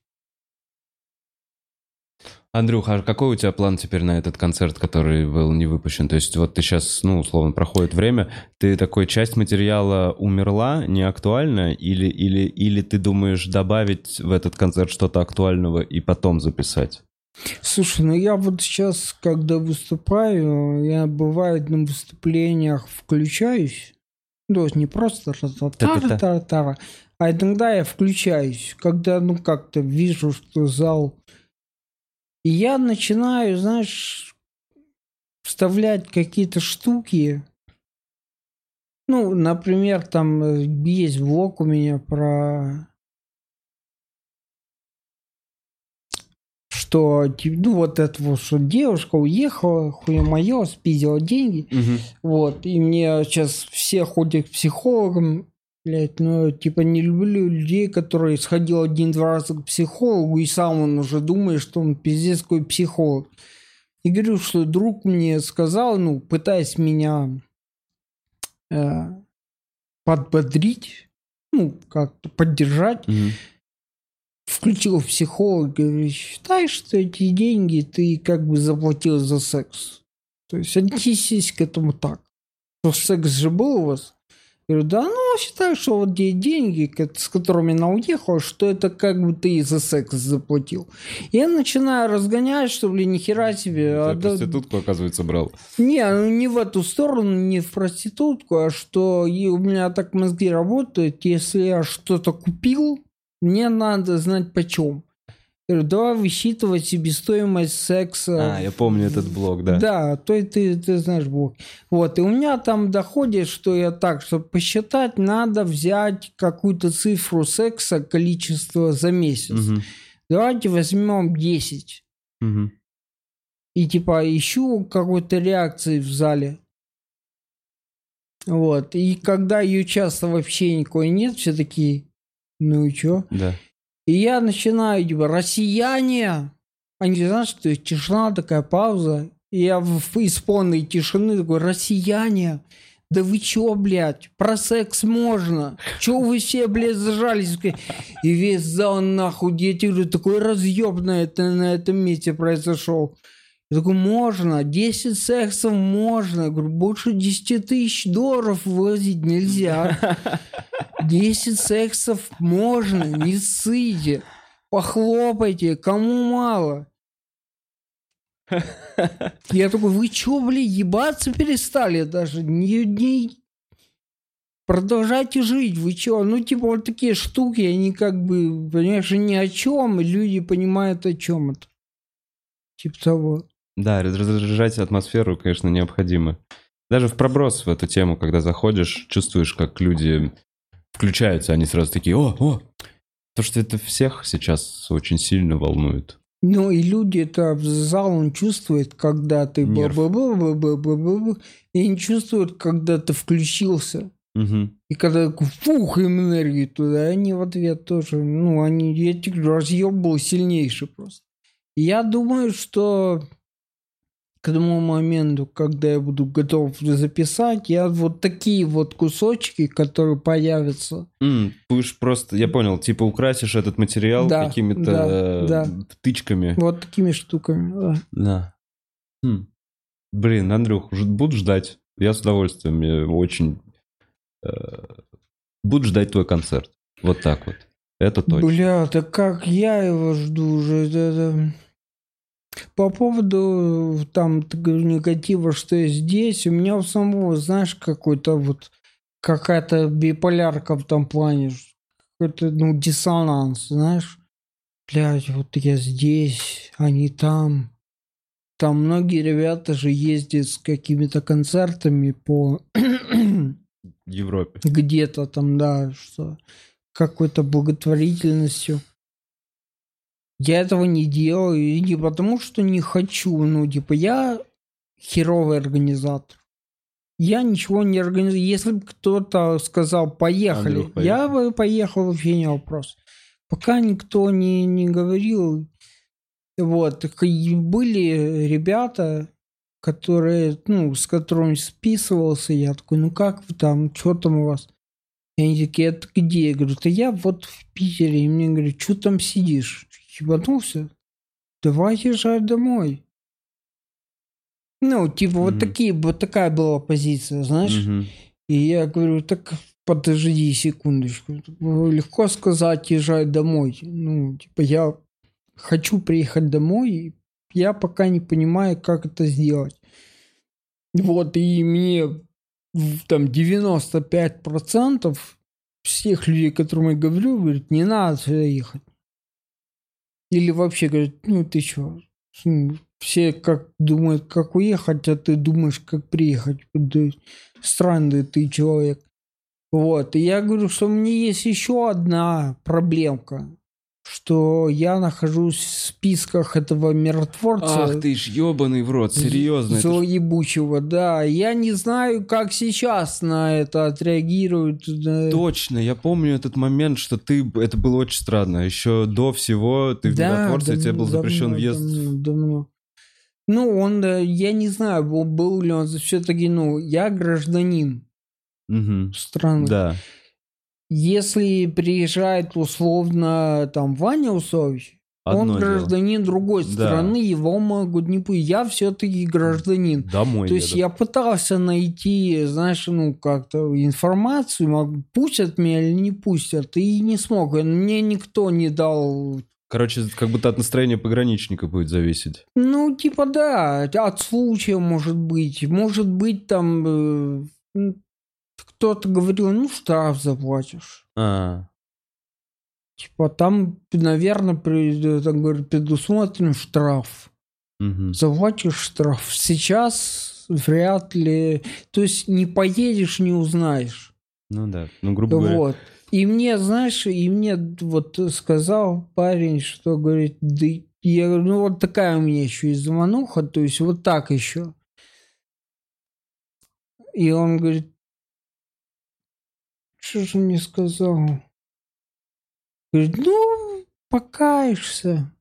Андрюх, а какой у тебя план теперь на этот концерт, который был не выпущен? То есть вот ты сейчас, ну, условно, проходит время, ты такой, часть материала умерла, не актуальна, или ты думаешь добавить в этот концерт что-то актуального и потом записать?
Слушай, ну я вот сейчас, когда выступаю, я бывает на выступлениях включаюсь, то есть не просто тара-тара-тара, а иногда я включаюсь, когда, ну, как-то вижу, что зал И я начинаю, знаешь, вставлять какие-то штуки. Ну, например, там есть влог у меня про... Что, ну, вот это вот, что девушка уехала, хуе-моё, спиздила деньги. Вот, и мне сейчас все ходят к психологам. Блять, ну, типа, не люблю людей, которые сходил 1-2 раза к психологу, и сам он уже думает, что он пиздец какой психолог. И говорю, что друг мне сказал, ну, пытаясь меня подбодрить, ну, как-то поддержать, включил психолог, говорит, считай, что эти деньги ты как бы заплатил за секс. То есть отнесись к этому так. Что секс же был у вас? Я говорю, да, ну, считаю, что вот те деньги, с которыми она уехала, что это как бы ты за секс заплатил. Я начинаю разгонять, что, блин, нихера себе.
Ты проститутку, оказывается, брал.
Не, ну не в эту сторону, не в проститутку, а что у меня так мозги работают, если я что-то купил, мне надо знать почем. Я говорю, давай высчитывать себестоимость секса.
Я помню этот блог, да.
Да, то есть ты знаешь блог. Вот, и у меня там доходит, что я так, чтобы посчитать, надо взять какую-то цифру секса, количество за месяц. Давайте возьмем 10. И типа ищу какой-то реакции в зале. Вот, и когда ее часто вообще никакой нет, все такие, ну и чё?
Да.
И я начинаю, типа, россияне. Они знают, что тишина, такая пауза. И я из полной тишины такой, россияне. Да вы чё, блядь, про секс можно? Чё вы все, блядь, зажались? И весь зал нахуй, я тебе говорю, такой разъёб на этом месте произошел. Я такой, можно, 10 сексов можно. Я говорю, больше 10 тысяч долларов вывозить нельзя. 10 сексов можно, не ссыте. Похлопайте, кому мало. Я такой, вы чё, блин, ебаться перестали даже? Не... Продолжайте жить, вы чё? Ну, типа, вот такие штуки, они как бы, понимаешь, ни о чем, и люди понимают, о чем это. Типа того.
Да, разряжать атмосферу, конечно, необходимо. Даже в проброс в эту тему, когда заходишь, чувствуешь, как люди включаются, они сразу такие, о! То, что это всех сейчас очень сильно волнует.
Ну, и люди, это зал, он чувствует, когда ты и не чувствуют, когда ты включился. И когда такой, фух, им энергии туда, они в ответ тоже, ну, они, я тебе говорю, разъеб был сильнейший просто. И я думаю, что к тому моменту, когда я буду готов записать, я вот такие вот кусочки, которые появятся.
Будешь просто, я понял, типа украсишь этот материал какими-то птычками.
Вот такими штуками,
да. Блин, Андрюх, буду ждать. Я с удовольствием, я очень... буду ждать твой концерт. Вот так вот. Это точно.
Бля, так как я его жду уже. По поводу там негатива, что я здесь, у меня у самого, знаешь, какой-то вот какая-то биполярка в том плане, какой-то, ну, диссонанс, знаешь. Блядь, вот я здесь, они там. Там многие ребята же ездят с какими-то концертами по
Европе.
Где-то там, да, что какой-то благотворительностью. Я этого не делаю, и не потому, что не хочу, ну, типа, я херовый организатор. Я ничего не организую. Если бы кто-то сказал, поехали,
Андрюх, поехали,
я бы поехал, вообще не вопрос. Пока никто не говорил. Вот, были ребята, которые, ну, с которыми списывался, я такой, ну, как вы там, что там у вас? И они такие, это где? Я говорю, да я вот в Питере. И мне говорят, что там сидишь? Ебанулся? Давай езжай домой. Ну, типа, вот такая была позиция, знаешь? И я говорю, так подожди секундочку. Легко сказать, езжай домой. Ну, типа, я хочу приехать домой, и я пока не понимаю, как это сделать. Вот, и мне там 95% всех людей, которым я говорю, говорят, не надо сюда ехать. Или вообще говорят, ну ты чё, Все как думают, как уехать, а ты думаешь, как приехать. Странный ты человек. Вот. И я говорю, что у меня есть еще одна проблемка. Что я нахожусь в списках этого миротворца.
Ах ты ж ебаный в рот, серьезно.
Злоебучего, да. Я не знаю, как сейчас на это отреагируют.
Точно, я помню этот момент, что это было очень странно. Еще до всего ты в миротворце, тебе был запрещен въезд.
Давно. Ну, он, я не знаю, был ли он все-таки, я гражданин страны.
Да.
Если приезжает условно там Ваня Усович, он гражданин другой страны, его могут не пустить. Я все-таки гражданин.
Домой.
То есть я пытался найти, знаешь, как-то информацию, пустят меня или не пустят, и не смог. Мне никто не дал.
Короче, как будто от настроения пограничника будет зависеть.
Ну, типа да, от случая может быть. Может быть там... Кто-то говорил, штраф заплатишь. Типа там, наверное, предусмотрен штраф. Заплатишь штраф. Сейчас вряд ли... То есть не поедешь, не узнаешь.
Ну да, грубо говоря.
Вот. И мне, знаешь, вот сказал парень, что говорит, да, я говорю, вот такая у меня еще и замануха, то есть вот так еще. И он говорит, что же мне сказал? Говорит, покаешься.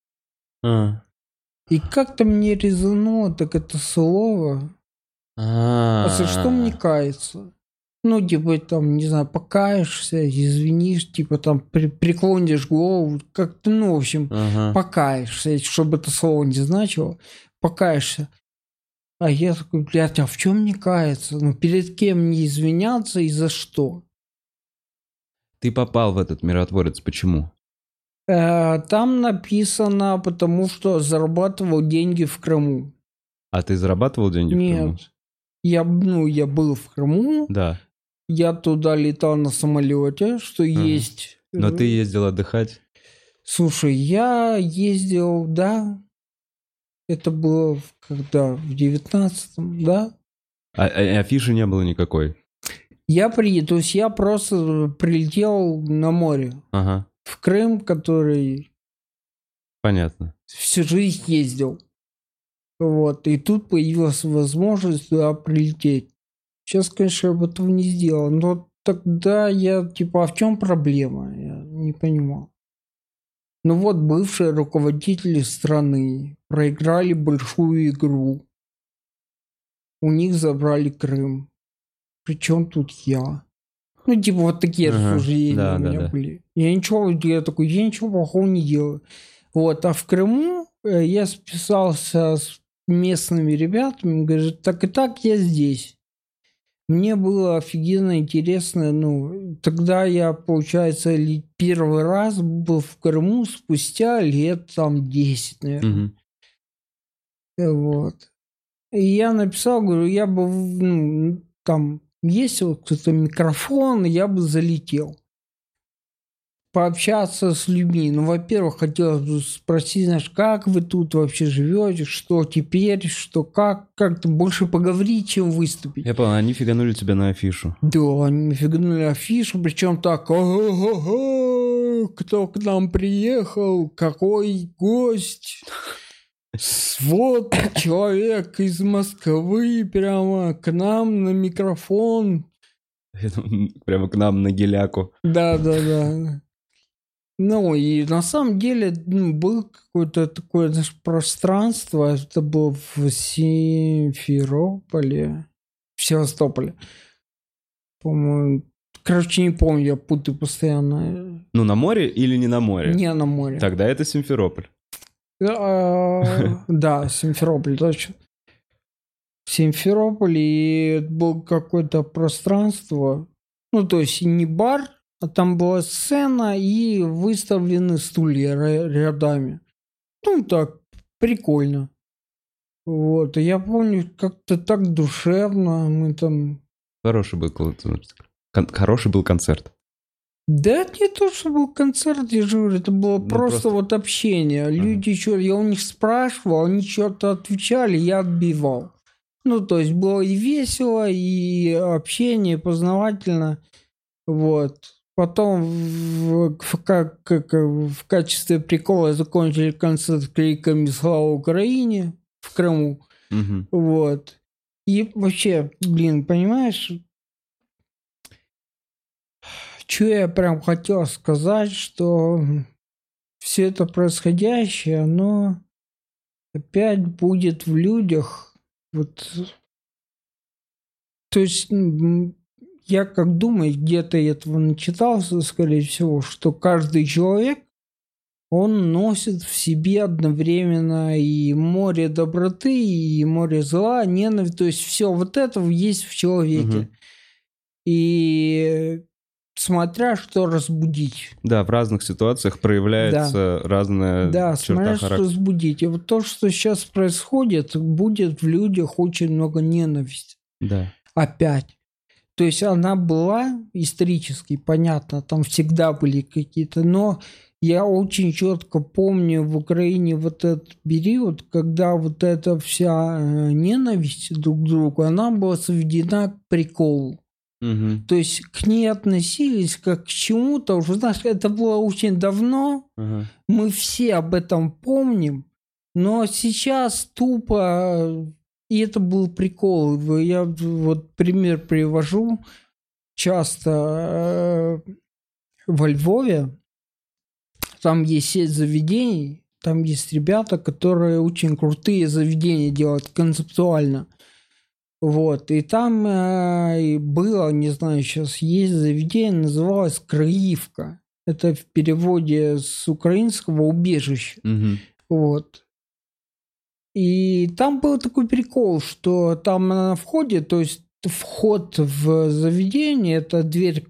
И как-то мне резануло так это слово. Что мне каяться? Типа, там, не знаю, покаешься, извинишь, типа, там, преклонишь голову, как-то, в общем, покаешься, чтобы это слово не значило, покаешься. А я такой, блядь, а в чем мне каяться? Перед кем мне извиняться и за что?
Ты попал в этот миротворец, почему?
Там написано, потому что зарабатывал деньги в Крыму.
А ты зарабатывал деньги в Крыму?
Нет. Я был в Крыму.
Да.
Я туда летал на самолете, что есть.
Но ты ездил отдыхать?
Слушай, я ездил, да. Это было когда? В 19-м, да?
А афиши не было никакой?
То есть я просто прилетел на море. В Крым, который...
Понятно.
Всю жизнь ездил. Вот. И тут появилась возможность туда прилететь. Сейчас, конечно, я бы этого не сделал. Но тогда я, а в чем проблема? Я не понимал. Бывшие руководители страны проиграли большую игру. У них забрали Крым. Причем тут я? Вот такие рассуждения у меня были. Я ничего плохого не делаю. Вот, а в Крыму я списался с местными ребятами, говорят, так и так я здесь. Мне было офигенно интересно, тогда я, получается, первый раз был в Крыму спустя лет 10, наверное. Вот. И я написал, говорю, я бы, там, есть вот кто-то микрофон, я бы залетел. Пообщаться с людьми. Во-первых, хотелось бы спросить, знаешь, как вы тут вообще живете, что теперь, что как-то больше поговорить, чем выступить.
Я понял, они фиганули тебя на афишу.
Да, они фиганули афишу, причем так, кто к нам приехал, какой гость. Вот человек из Москвы прямо к нам на микрофон.
Прямо к нам на геляку.
Да. И на самом деле было какое-то такое, знаешь, пространство. Это было в Севастополе. По-моему. Короче, не помню, я путаю постоянно.
На море или не на море?
Не на море.
Тогда это Симферополь.
Да, Симферополь, точно. Симферополь, и было какое-то пространство. То есть не бар, а там была сцена и выставлены стулья рядами. Так, прикольно. Вот, и я помню, как-то так душевно мы там...
Хороший был концерт.
Да, это не то, что был концерт, я же говорю, это было просто вот общение. Люди что, я у них спрашивал, они что-то отвечали, я отбивал. Ну, то есть было и весело, и общение, и познавательно. Вот. Потом в качестве прикола закончили концерт криками «Слава Украине» в Крыму. Вот. И вообще, понимаешь, что я прям хотел сказать, что все это происходящее, оно опять будет в людях. Вот. То есть я как думаю, где-то я этого начитался, скорее всего, что каждый человек, он носит в себе одновременно и море доброты, и море зла, ненависть. То есть все вот это есть в человеке. И смотря что разбудить.
Да, в разных ситуациях проявляется разная черта
смотря
характера.
что разбудить. И вот то, что сейчас происходит, будет в людях очень много ненависти.
Да.
Опять. То есть она была исторически, понятно, там всегда были какие-то, но я очень четко помню в Украине вот этот период, когда вот эта вся ненависть друг к другу, она была сведена к приколу. То есть к ней относились как к чему-то, уже знаешь, это было очень давно, мы все об этом помним, но сейчас тупо, и это был прикол. Я вот пример привожу часто во Львове, там есть сеть заведений, там есть ребята, которые очень крутые заведения делают концептуально. Вот, и там было, не знаю, сейчас есть заведение, называлось «Краивка». Это в переводе с украинского «убежище». Вот. И там был такой прикол, что там на входе, то есть вход в заведение, это дверь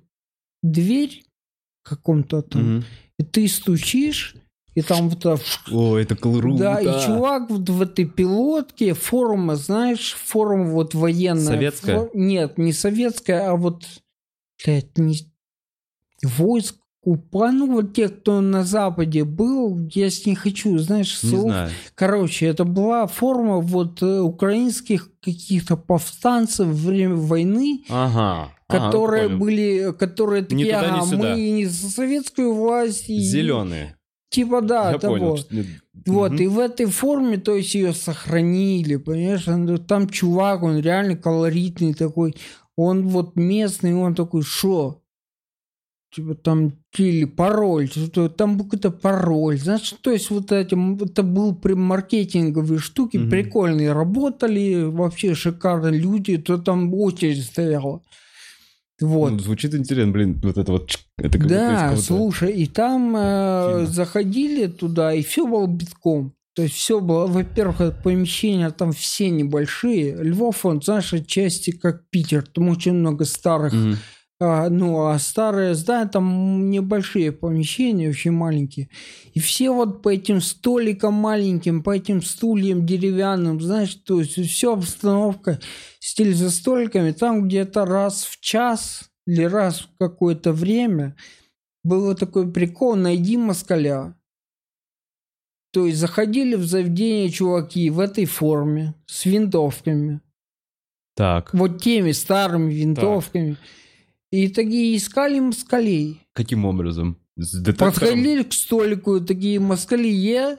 каком-то там, и ты стучишь, и там вот...
О, это круто!
Да, и чувак вот в этой пилотке, форма, знаешь, форма вот военная.
Советская?
Нет, не советская, а вот, не войск, ну вот те, кто на Западе был, я не хочу, знаешь, слов.
Не знаю.
Короче, это была форма вот украинских каких-то повстанцев во время войны, которые были, которые такие,
ни туда, ни сюда.
Мы не за советскую власть.
Зеленые.
Типа, да,
я
того.
Понял.
Вот, и в этой форме, то есть ее сохранили, понимаешь? Там чувак, он реально колоритный такой, он вот местный, он такой, шо? Типа там, или пароль, там был какой-то пароль, знаешь, то есть вот это был маркетинговые штуки, прикольные, работали, вообще шикарно люди, то там очередь стояла. Вот.
Ну, звучит интересно, вот это вот. Это как
да, слушай, и там заходили туда, и все было битком. То есть все было, во-первых, помещения там все небольшие. Львов, он, знаешь, отчасти как Питер, там очень много старых. А старые здания, там небольшие помещения, очень маленькие. И все вот по этим столикам маленьким, по этим стульям деревянным, знаешь, то есть все обстановка, стиль за столиками, там где-то раз в час или раз в какое-то время был такой прикол, найди москаля. То есть заходили в заведение чуваки в этой форме, с винтовками.
Так.
Вот теми старыми винтовками. Так. И такие искали москалей.
Каким образом?
Подходили к столику, такие москали.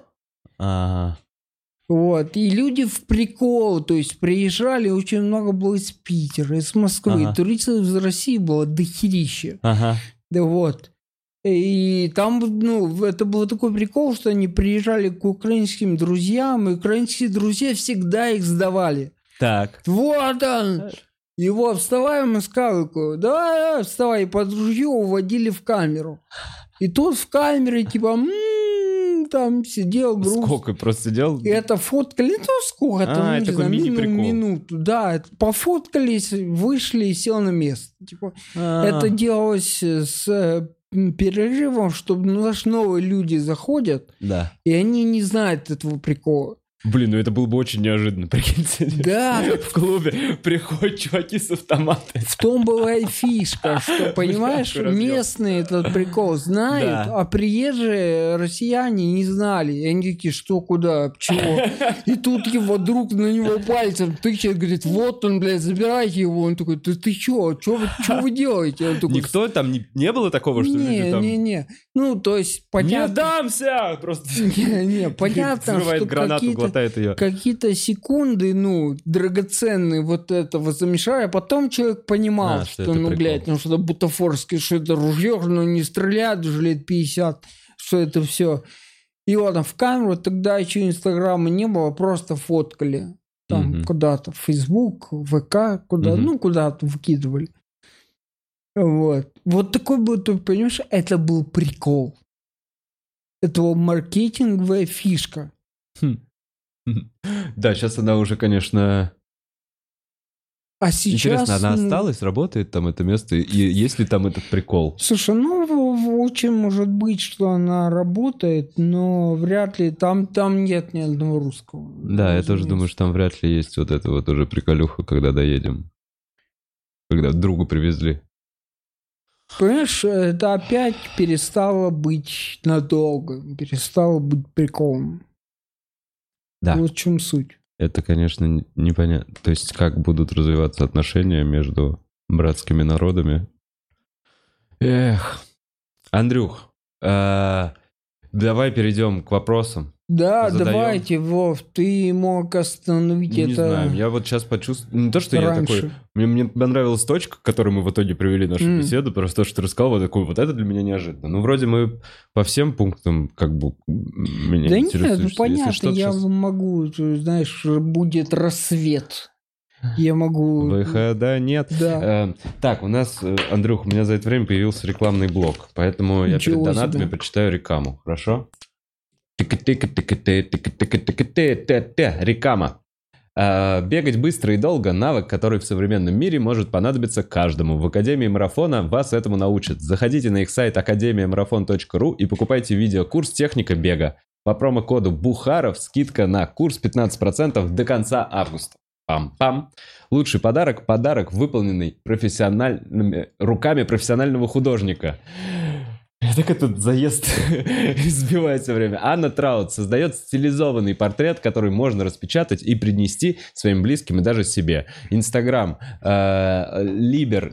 Вот. И люди в прикол, то есть приезжали, очень много было из Питера, из Москвы. Туристов из России было дохерища. Да вот. И там, это был такой прикол, что они приезжали к украинским друзьям, и украинские друзья всегда их сдавали.
Так.
Вот он! Его вставай, москалку, давай, вставай, и под ружье уводили в камеру. И тот в камере, типа, там сидел, грустно.
Сколько просто сидел?
И это фоткали, сколько там,
это такой мини-прикол.
Минуту. Да, пофоткались, вышли и сел на место. Типа, это делалось с перерывом, чтобы, новые люди заходят,
да.
и они не знают этого прикола.
Блин, ну это было бы очень неожиданно, прикиньте.
Да.
В клубе приходят чуваки с автоматами.
В том была и фишка, что, понимаешь, местные этот прикол знают, а приезжие россияне не знали. И они такие, что, куда, чего. И тут его друг на него пальцем тычет, говорит, вот он, блядь, забирайте его. Он такой, ты чё вы делаете? Он такой,
никто там не было такого, что люди там...
Не. Ну, то есть, понятно...
Не дамся! Просто...
Не, понятно, что
гранату,
какие-то секунды, ну, драгоценные вот этого замешали, а потом человек понимал, что ну, блядь, ну, что-то бутафорское, что это ружье, ну, не стреляют уже лет 50, что это все. И ладно, в камеру тогда еще Инстаграма не было, просто фоткали. Там куда-то в Фейсбук, ВК, куда-то выкидывали. Вот такой был, ты понимаешь, это был прикол. Это была маркетинговая фишка.
Да, сейчас она уже, конечно...
А сейчас...
Интересно, она осталась, работает там это место? И есть ли там этот прикол?
Слушай, ну, очень может быть, что она работает, но вряд ли... Там нет ни одного русского.
Да, я тоже думаю, что там вряд ли есть вот это вот уже приколюха, когда доедем. Когда другу привезли.
Понимаешь, это опять перестало быть надолго, перестало быть приколом.
Да.
Вот в чем суть.
Это, конечно, непонятно. То есть, как будут развиваться отношения между братскими народами. Эх. Андрюх, давай перейдем к вопросам.
Да, давайте, Вов, ты мог остановить это.
Не знаю, я вот сейчас почувствовал... Не то, что раньше. Я такой... Мне понравилась точка, к которой мы в итоге привели нашу беседу, просто то, что ты рассказал, вот такой, вот это для меня неожиданно. Ну, вроде мы по всем пунктам как бы меня
да
интересует.
Да нет, ну понятно, я могу, знаешь, будет рассвет. Я могу...
Выхода нет.
Да.
Так, у нас, Андрюх, у меня за это время появился рекламный блок, поэтому я перед донатами прочитаю рекламу, хорошо? Рекама. Бегать быстро и долго – навык, который в современном мире может понадобиться каждому. В Академии Марафона вас этому научат. Заходите на их сайт academiamarathon.ru и покупайте видеокурс «Техника бега». По промокоду БУХАРОВ скидка на курс 15% до конца августа. Пам-пам. Лучший подарок – подарок, выполненный руками профессионального художника. Так этот заезд избивает все время. Анна Траут создает стилизованный портрет, который можно распечатать и принести своим близким и даже себе. Инстаграм Liber,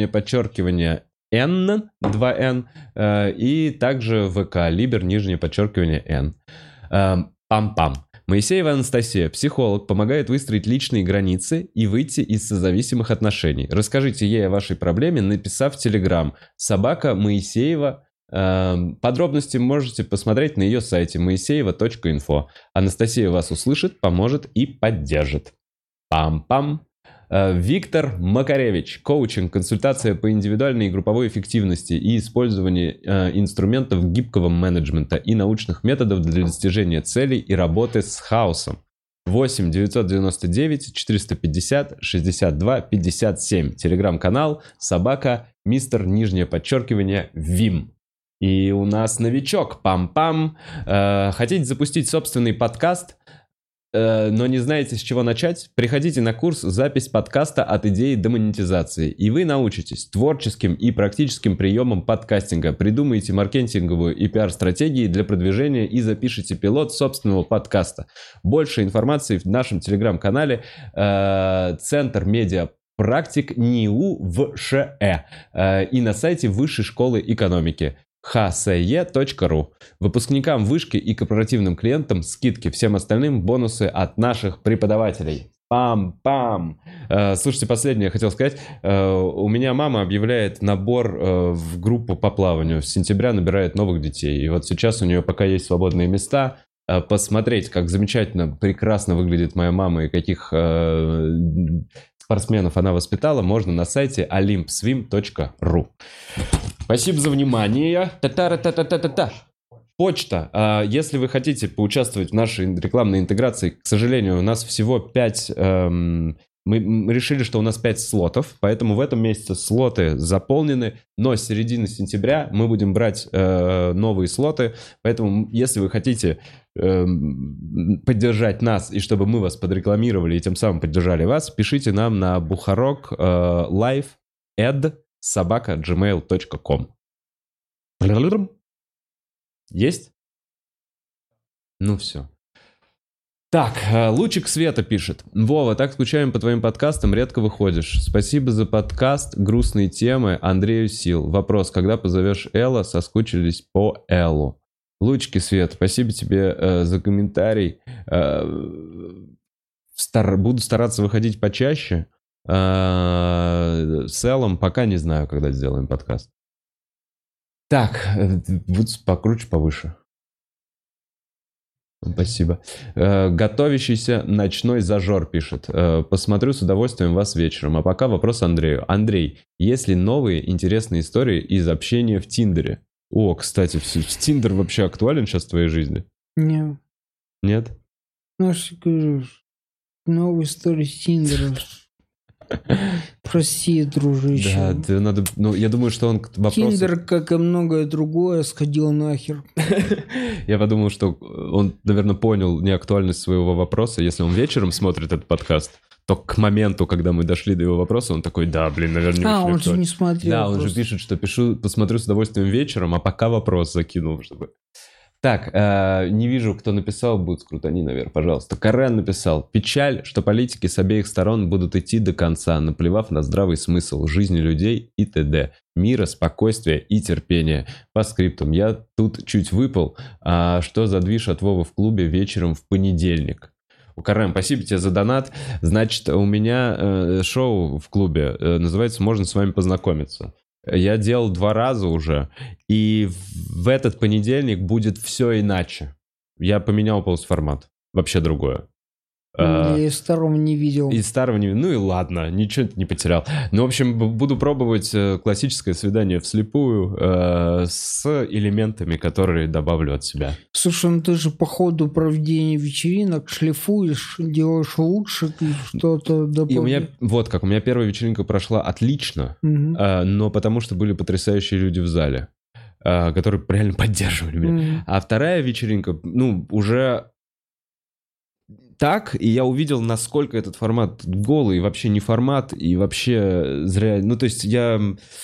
_N, 2N, и также ВК Liber, _N. Пам-пам. Моисеева Анастасия, психолог, помогает выстроить личные границы и выйти из созависимых отношений. Расскажите ей о вашей проблеме, написав в Телеграм _Моисеева. Подробности можете посмотреть на ее сайте moiseeva.info. Анастасия вас услышит, поможет и поддержит. Пам-пам. Виктор Макаревич. Коучинг, консультация по индивидуальной и групповой эффективности и использование инструментов гибкого менеджмента и научных методов для достижения целей и работы с хаосом. 8 999 450 62 57. Телеграм-канал _Мистер _Вим. И у нас новичок, пам-пам. Хотите запустить собственный подкаст, но не знаете, с чего начать? Приходите на курс «Запись подкаста от идеи до монетизации». И вы научитесь творческим и практическим приемам подкастинга. Придумаете маркетинговую и пиар-стратегии для продвижения и запишите пилот собственного подкаста. Больше информации в нашем телеграм-канале «Центр медиа практик НИУ в ШЭ» и на сайте Высшей школы экономики hse.ru. Выпускникам вышки и корпоративным клиентам скидки, всем остальным бонусы от наших преподавателей. Пам-пам! Слушайте, последнее я хотел сказать. У меня мама объявляет набор в группу по плаванию. С сентября набирает новых детей. И вот сейчас у нее пока есть свободные места. Посмотреть, как замечательно, прекрасно выглядит моя мама и каких спортсменов она воспитала, можно на сайте olympswim.ru. Спасибо за внимание. Та-та-та-та-та-та-та. Почта. Если вы хотите поучаствовать в нашей рекламной интеграции, к сожалению, у нас всего 5 Мы решили, что у нас 5 слотов, поэтому в этом месяце слоты заполнены, но с середины сентября мы будем брать новые слоты, поэтому если вы хотите поддержать нас и чтобы мы вас подрекламировали и тем самым поддержали вас, пишите нам на bukharok@gmail.com. Есть? Ну все. Так, Лучик Света пишет. Вова, так скучаем по твоим подкастам, редко выходишь. Спасибо за подкаст, грустные темы, Андрею сил. Вопрос, когда позовешь Элла, соскучились по Эллу. Лучики Свет, спасибо тебе за комментарий. Буду стараться выходить почаще. С Эллом пока не знаю, когда сделаем подкаст. Так, буду покруче, повыше. Спасибо. Готовящийся ночной зажор пишет. Посмотрю с удовольствием вас вечером. А пока вопрос Андрею. Андрей, есть ли новые интересные истории из общения в Тиндере? О, кстати, Тиндер вообще актуален сейчас в твоей жизни?
Нет.
Нет?
Ну, что говоришь? Новые истории с Тиндера. Прости, дружище.
Да, надо... Ну, я думаю, что он к вопросу...
Тиндер, как и многое другое, сходил нахер.
Я подумал, что он, наверное, понял неактуальность своего вопроса. Если он вечером смотрит этот подкаст, то к моменту, когда мы дошли до его вопроса, он такой, да, блин, наверное, не
он же не смотрел.
Да, он же пишет, что посмотрю с удовольствием вечером, а пока вопрос закинул, чтобы... Так, не вижу, кто написал, будет скрутани наверх, пожалуйста. Карен написал. Печаль, что политики с обеих сторон будут идти до конца, наплевав на здравый смысл жизни людей и т.д. Мира, спокойствия и терпения. По скриптум. Я тут чуть выпал. А что за движ от Вовы в клубе вечером в понедельник? Карен, спасибо тебе за донат. Значит, у меня шоу в клубе называется «Можно с вами познакомиться». Я делал 2 раза уже, и в этот понедельник будет все иначе. Я поменял полностью формат. Вообще другое.
Я и старого не видел.
И старого не видел. Ну и ладно, ничего не потерял. Ну, в общем, буду пробовать классическое свидание вслепую с элементами, которые добавлю от себя.
Слушай, ну ты же по ходу проведения вечеринок шлифуешь, делаешь лучше, ты что-то добавляешь.
И у меня, вот как, у меня первая вечеринка прошла отлично, но потому что были потрясающие люди в зале, которые реально поддерживали меня. А вторая вечеринка, ну, уже... Так, и я увидел, насколько этот формат голый, вообще не формат, и вообще зря... Ну, то есть я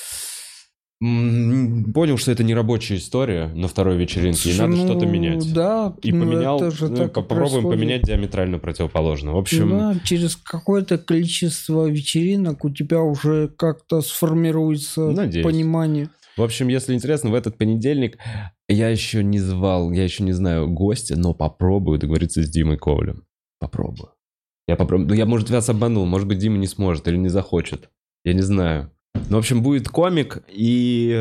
понял, что это не рабочая история на второй вечеринке, и надо что-то менять.
Да,
и поменял, попробуем поменять диаметрально противоположно. В общем...
Да, через какое-то количество вечеринок у тебя уже как-то сформируется понимание.
В общем, если интересно, в этот понедельник я еще не знаю гостя, но попробую договориться с Димой Ковалем. Попробую. Я попробую. Ну, я, может, вас обманул. Может быть, Дима не сможет или не захочет. Я не знаю. Ну, в общем, будет комик и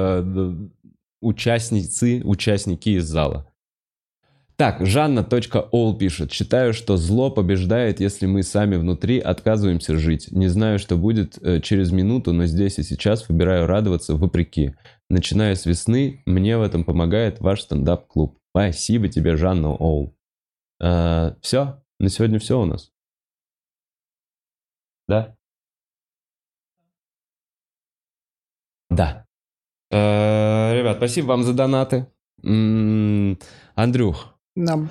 участники из зала. Так, Жанна.ол пишет. Считаю, что зло побеждает, если мы сами внутри отказываемся жить. Не знаю, что будет через минуту, но здесь и сейчас выбираю радоваться вопреки. Начиная с весны, мне в этом помогает ваш стендап-клуб. Спасибо тебе, Жанна.ол. Все? На сегодня все у нас? Да? Да. Ребят, спасибо вам за донаты. Андрюх.
Да.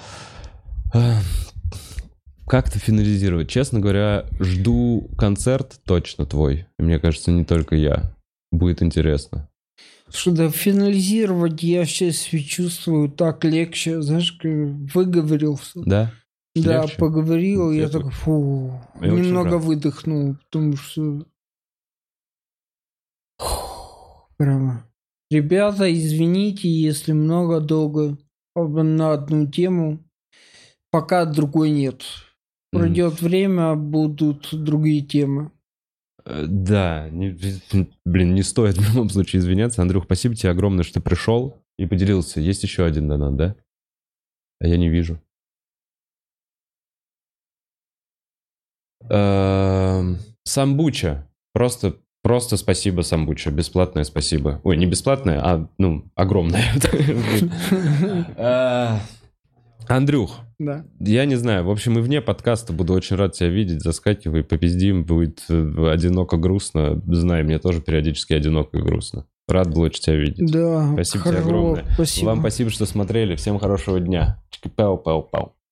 Как-то финализировать? Честно говоря, жду концерт точно твой. Мне кажется, не только я. Будет интересно.
Что-то финализировать я сейчас чувствую так легче. Знаешь, выговорился.
Да?
Да,
легче?
Поговорил, я так немного выдохнул, потому что... Прямо. Ребята, извините, если много долго на одну тему. Пока другой нет. Пройдет время, будут другие темы.
Да, не стоит в любом случае извиняться. Андрюх, спасибо тебе огромное, что ты пришел и поделился. Есть еще один донат, да? А я не вижу. Самбуча. Просто спасибо, Самбуча. Бесплатное спасибо. Ой, не бесплатное, а, огромное. Андрюх,
да.
Я не знаю, в общем, и вне подкаста буду очень рад тебя видеть, заскакивай, попиздим, будет одиноко, грустно. Знаю, мне тоже периодически одиноко и грустно. Рад был очень тебя видеть.
Да,
спасибо тебе огромное.
Спасибо.
Вам спасибо, что смотрели. Всем хорошего дня. Пау-пау-пау.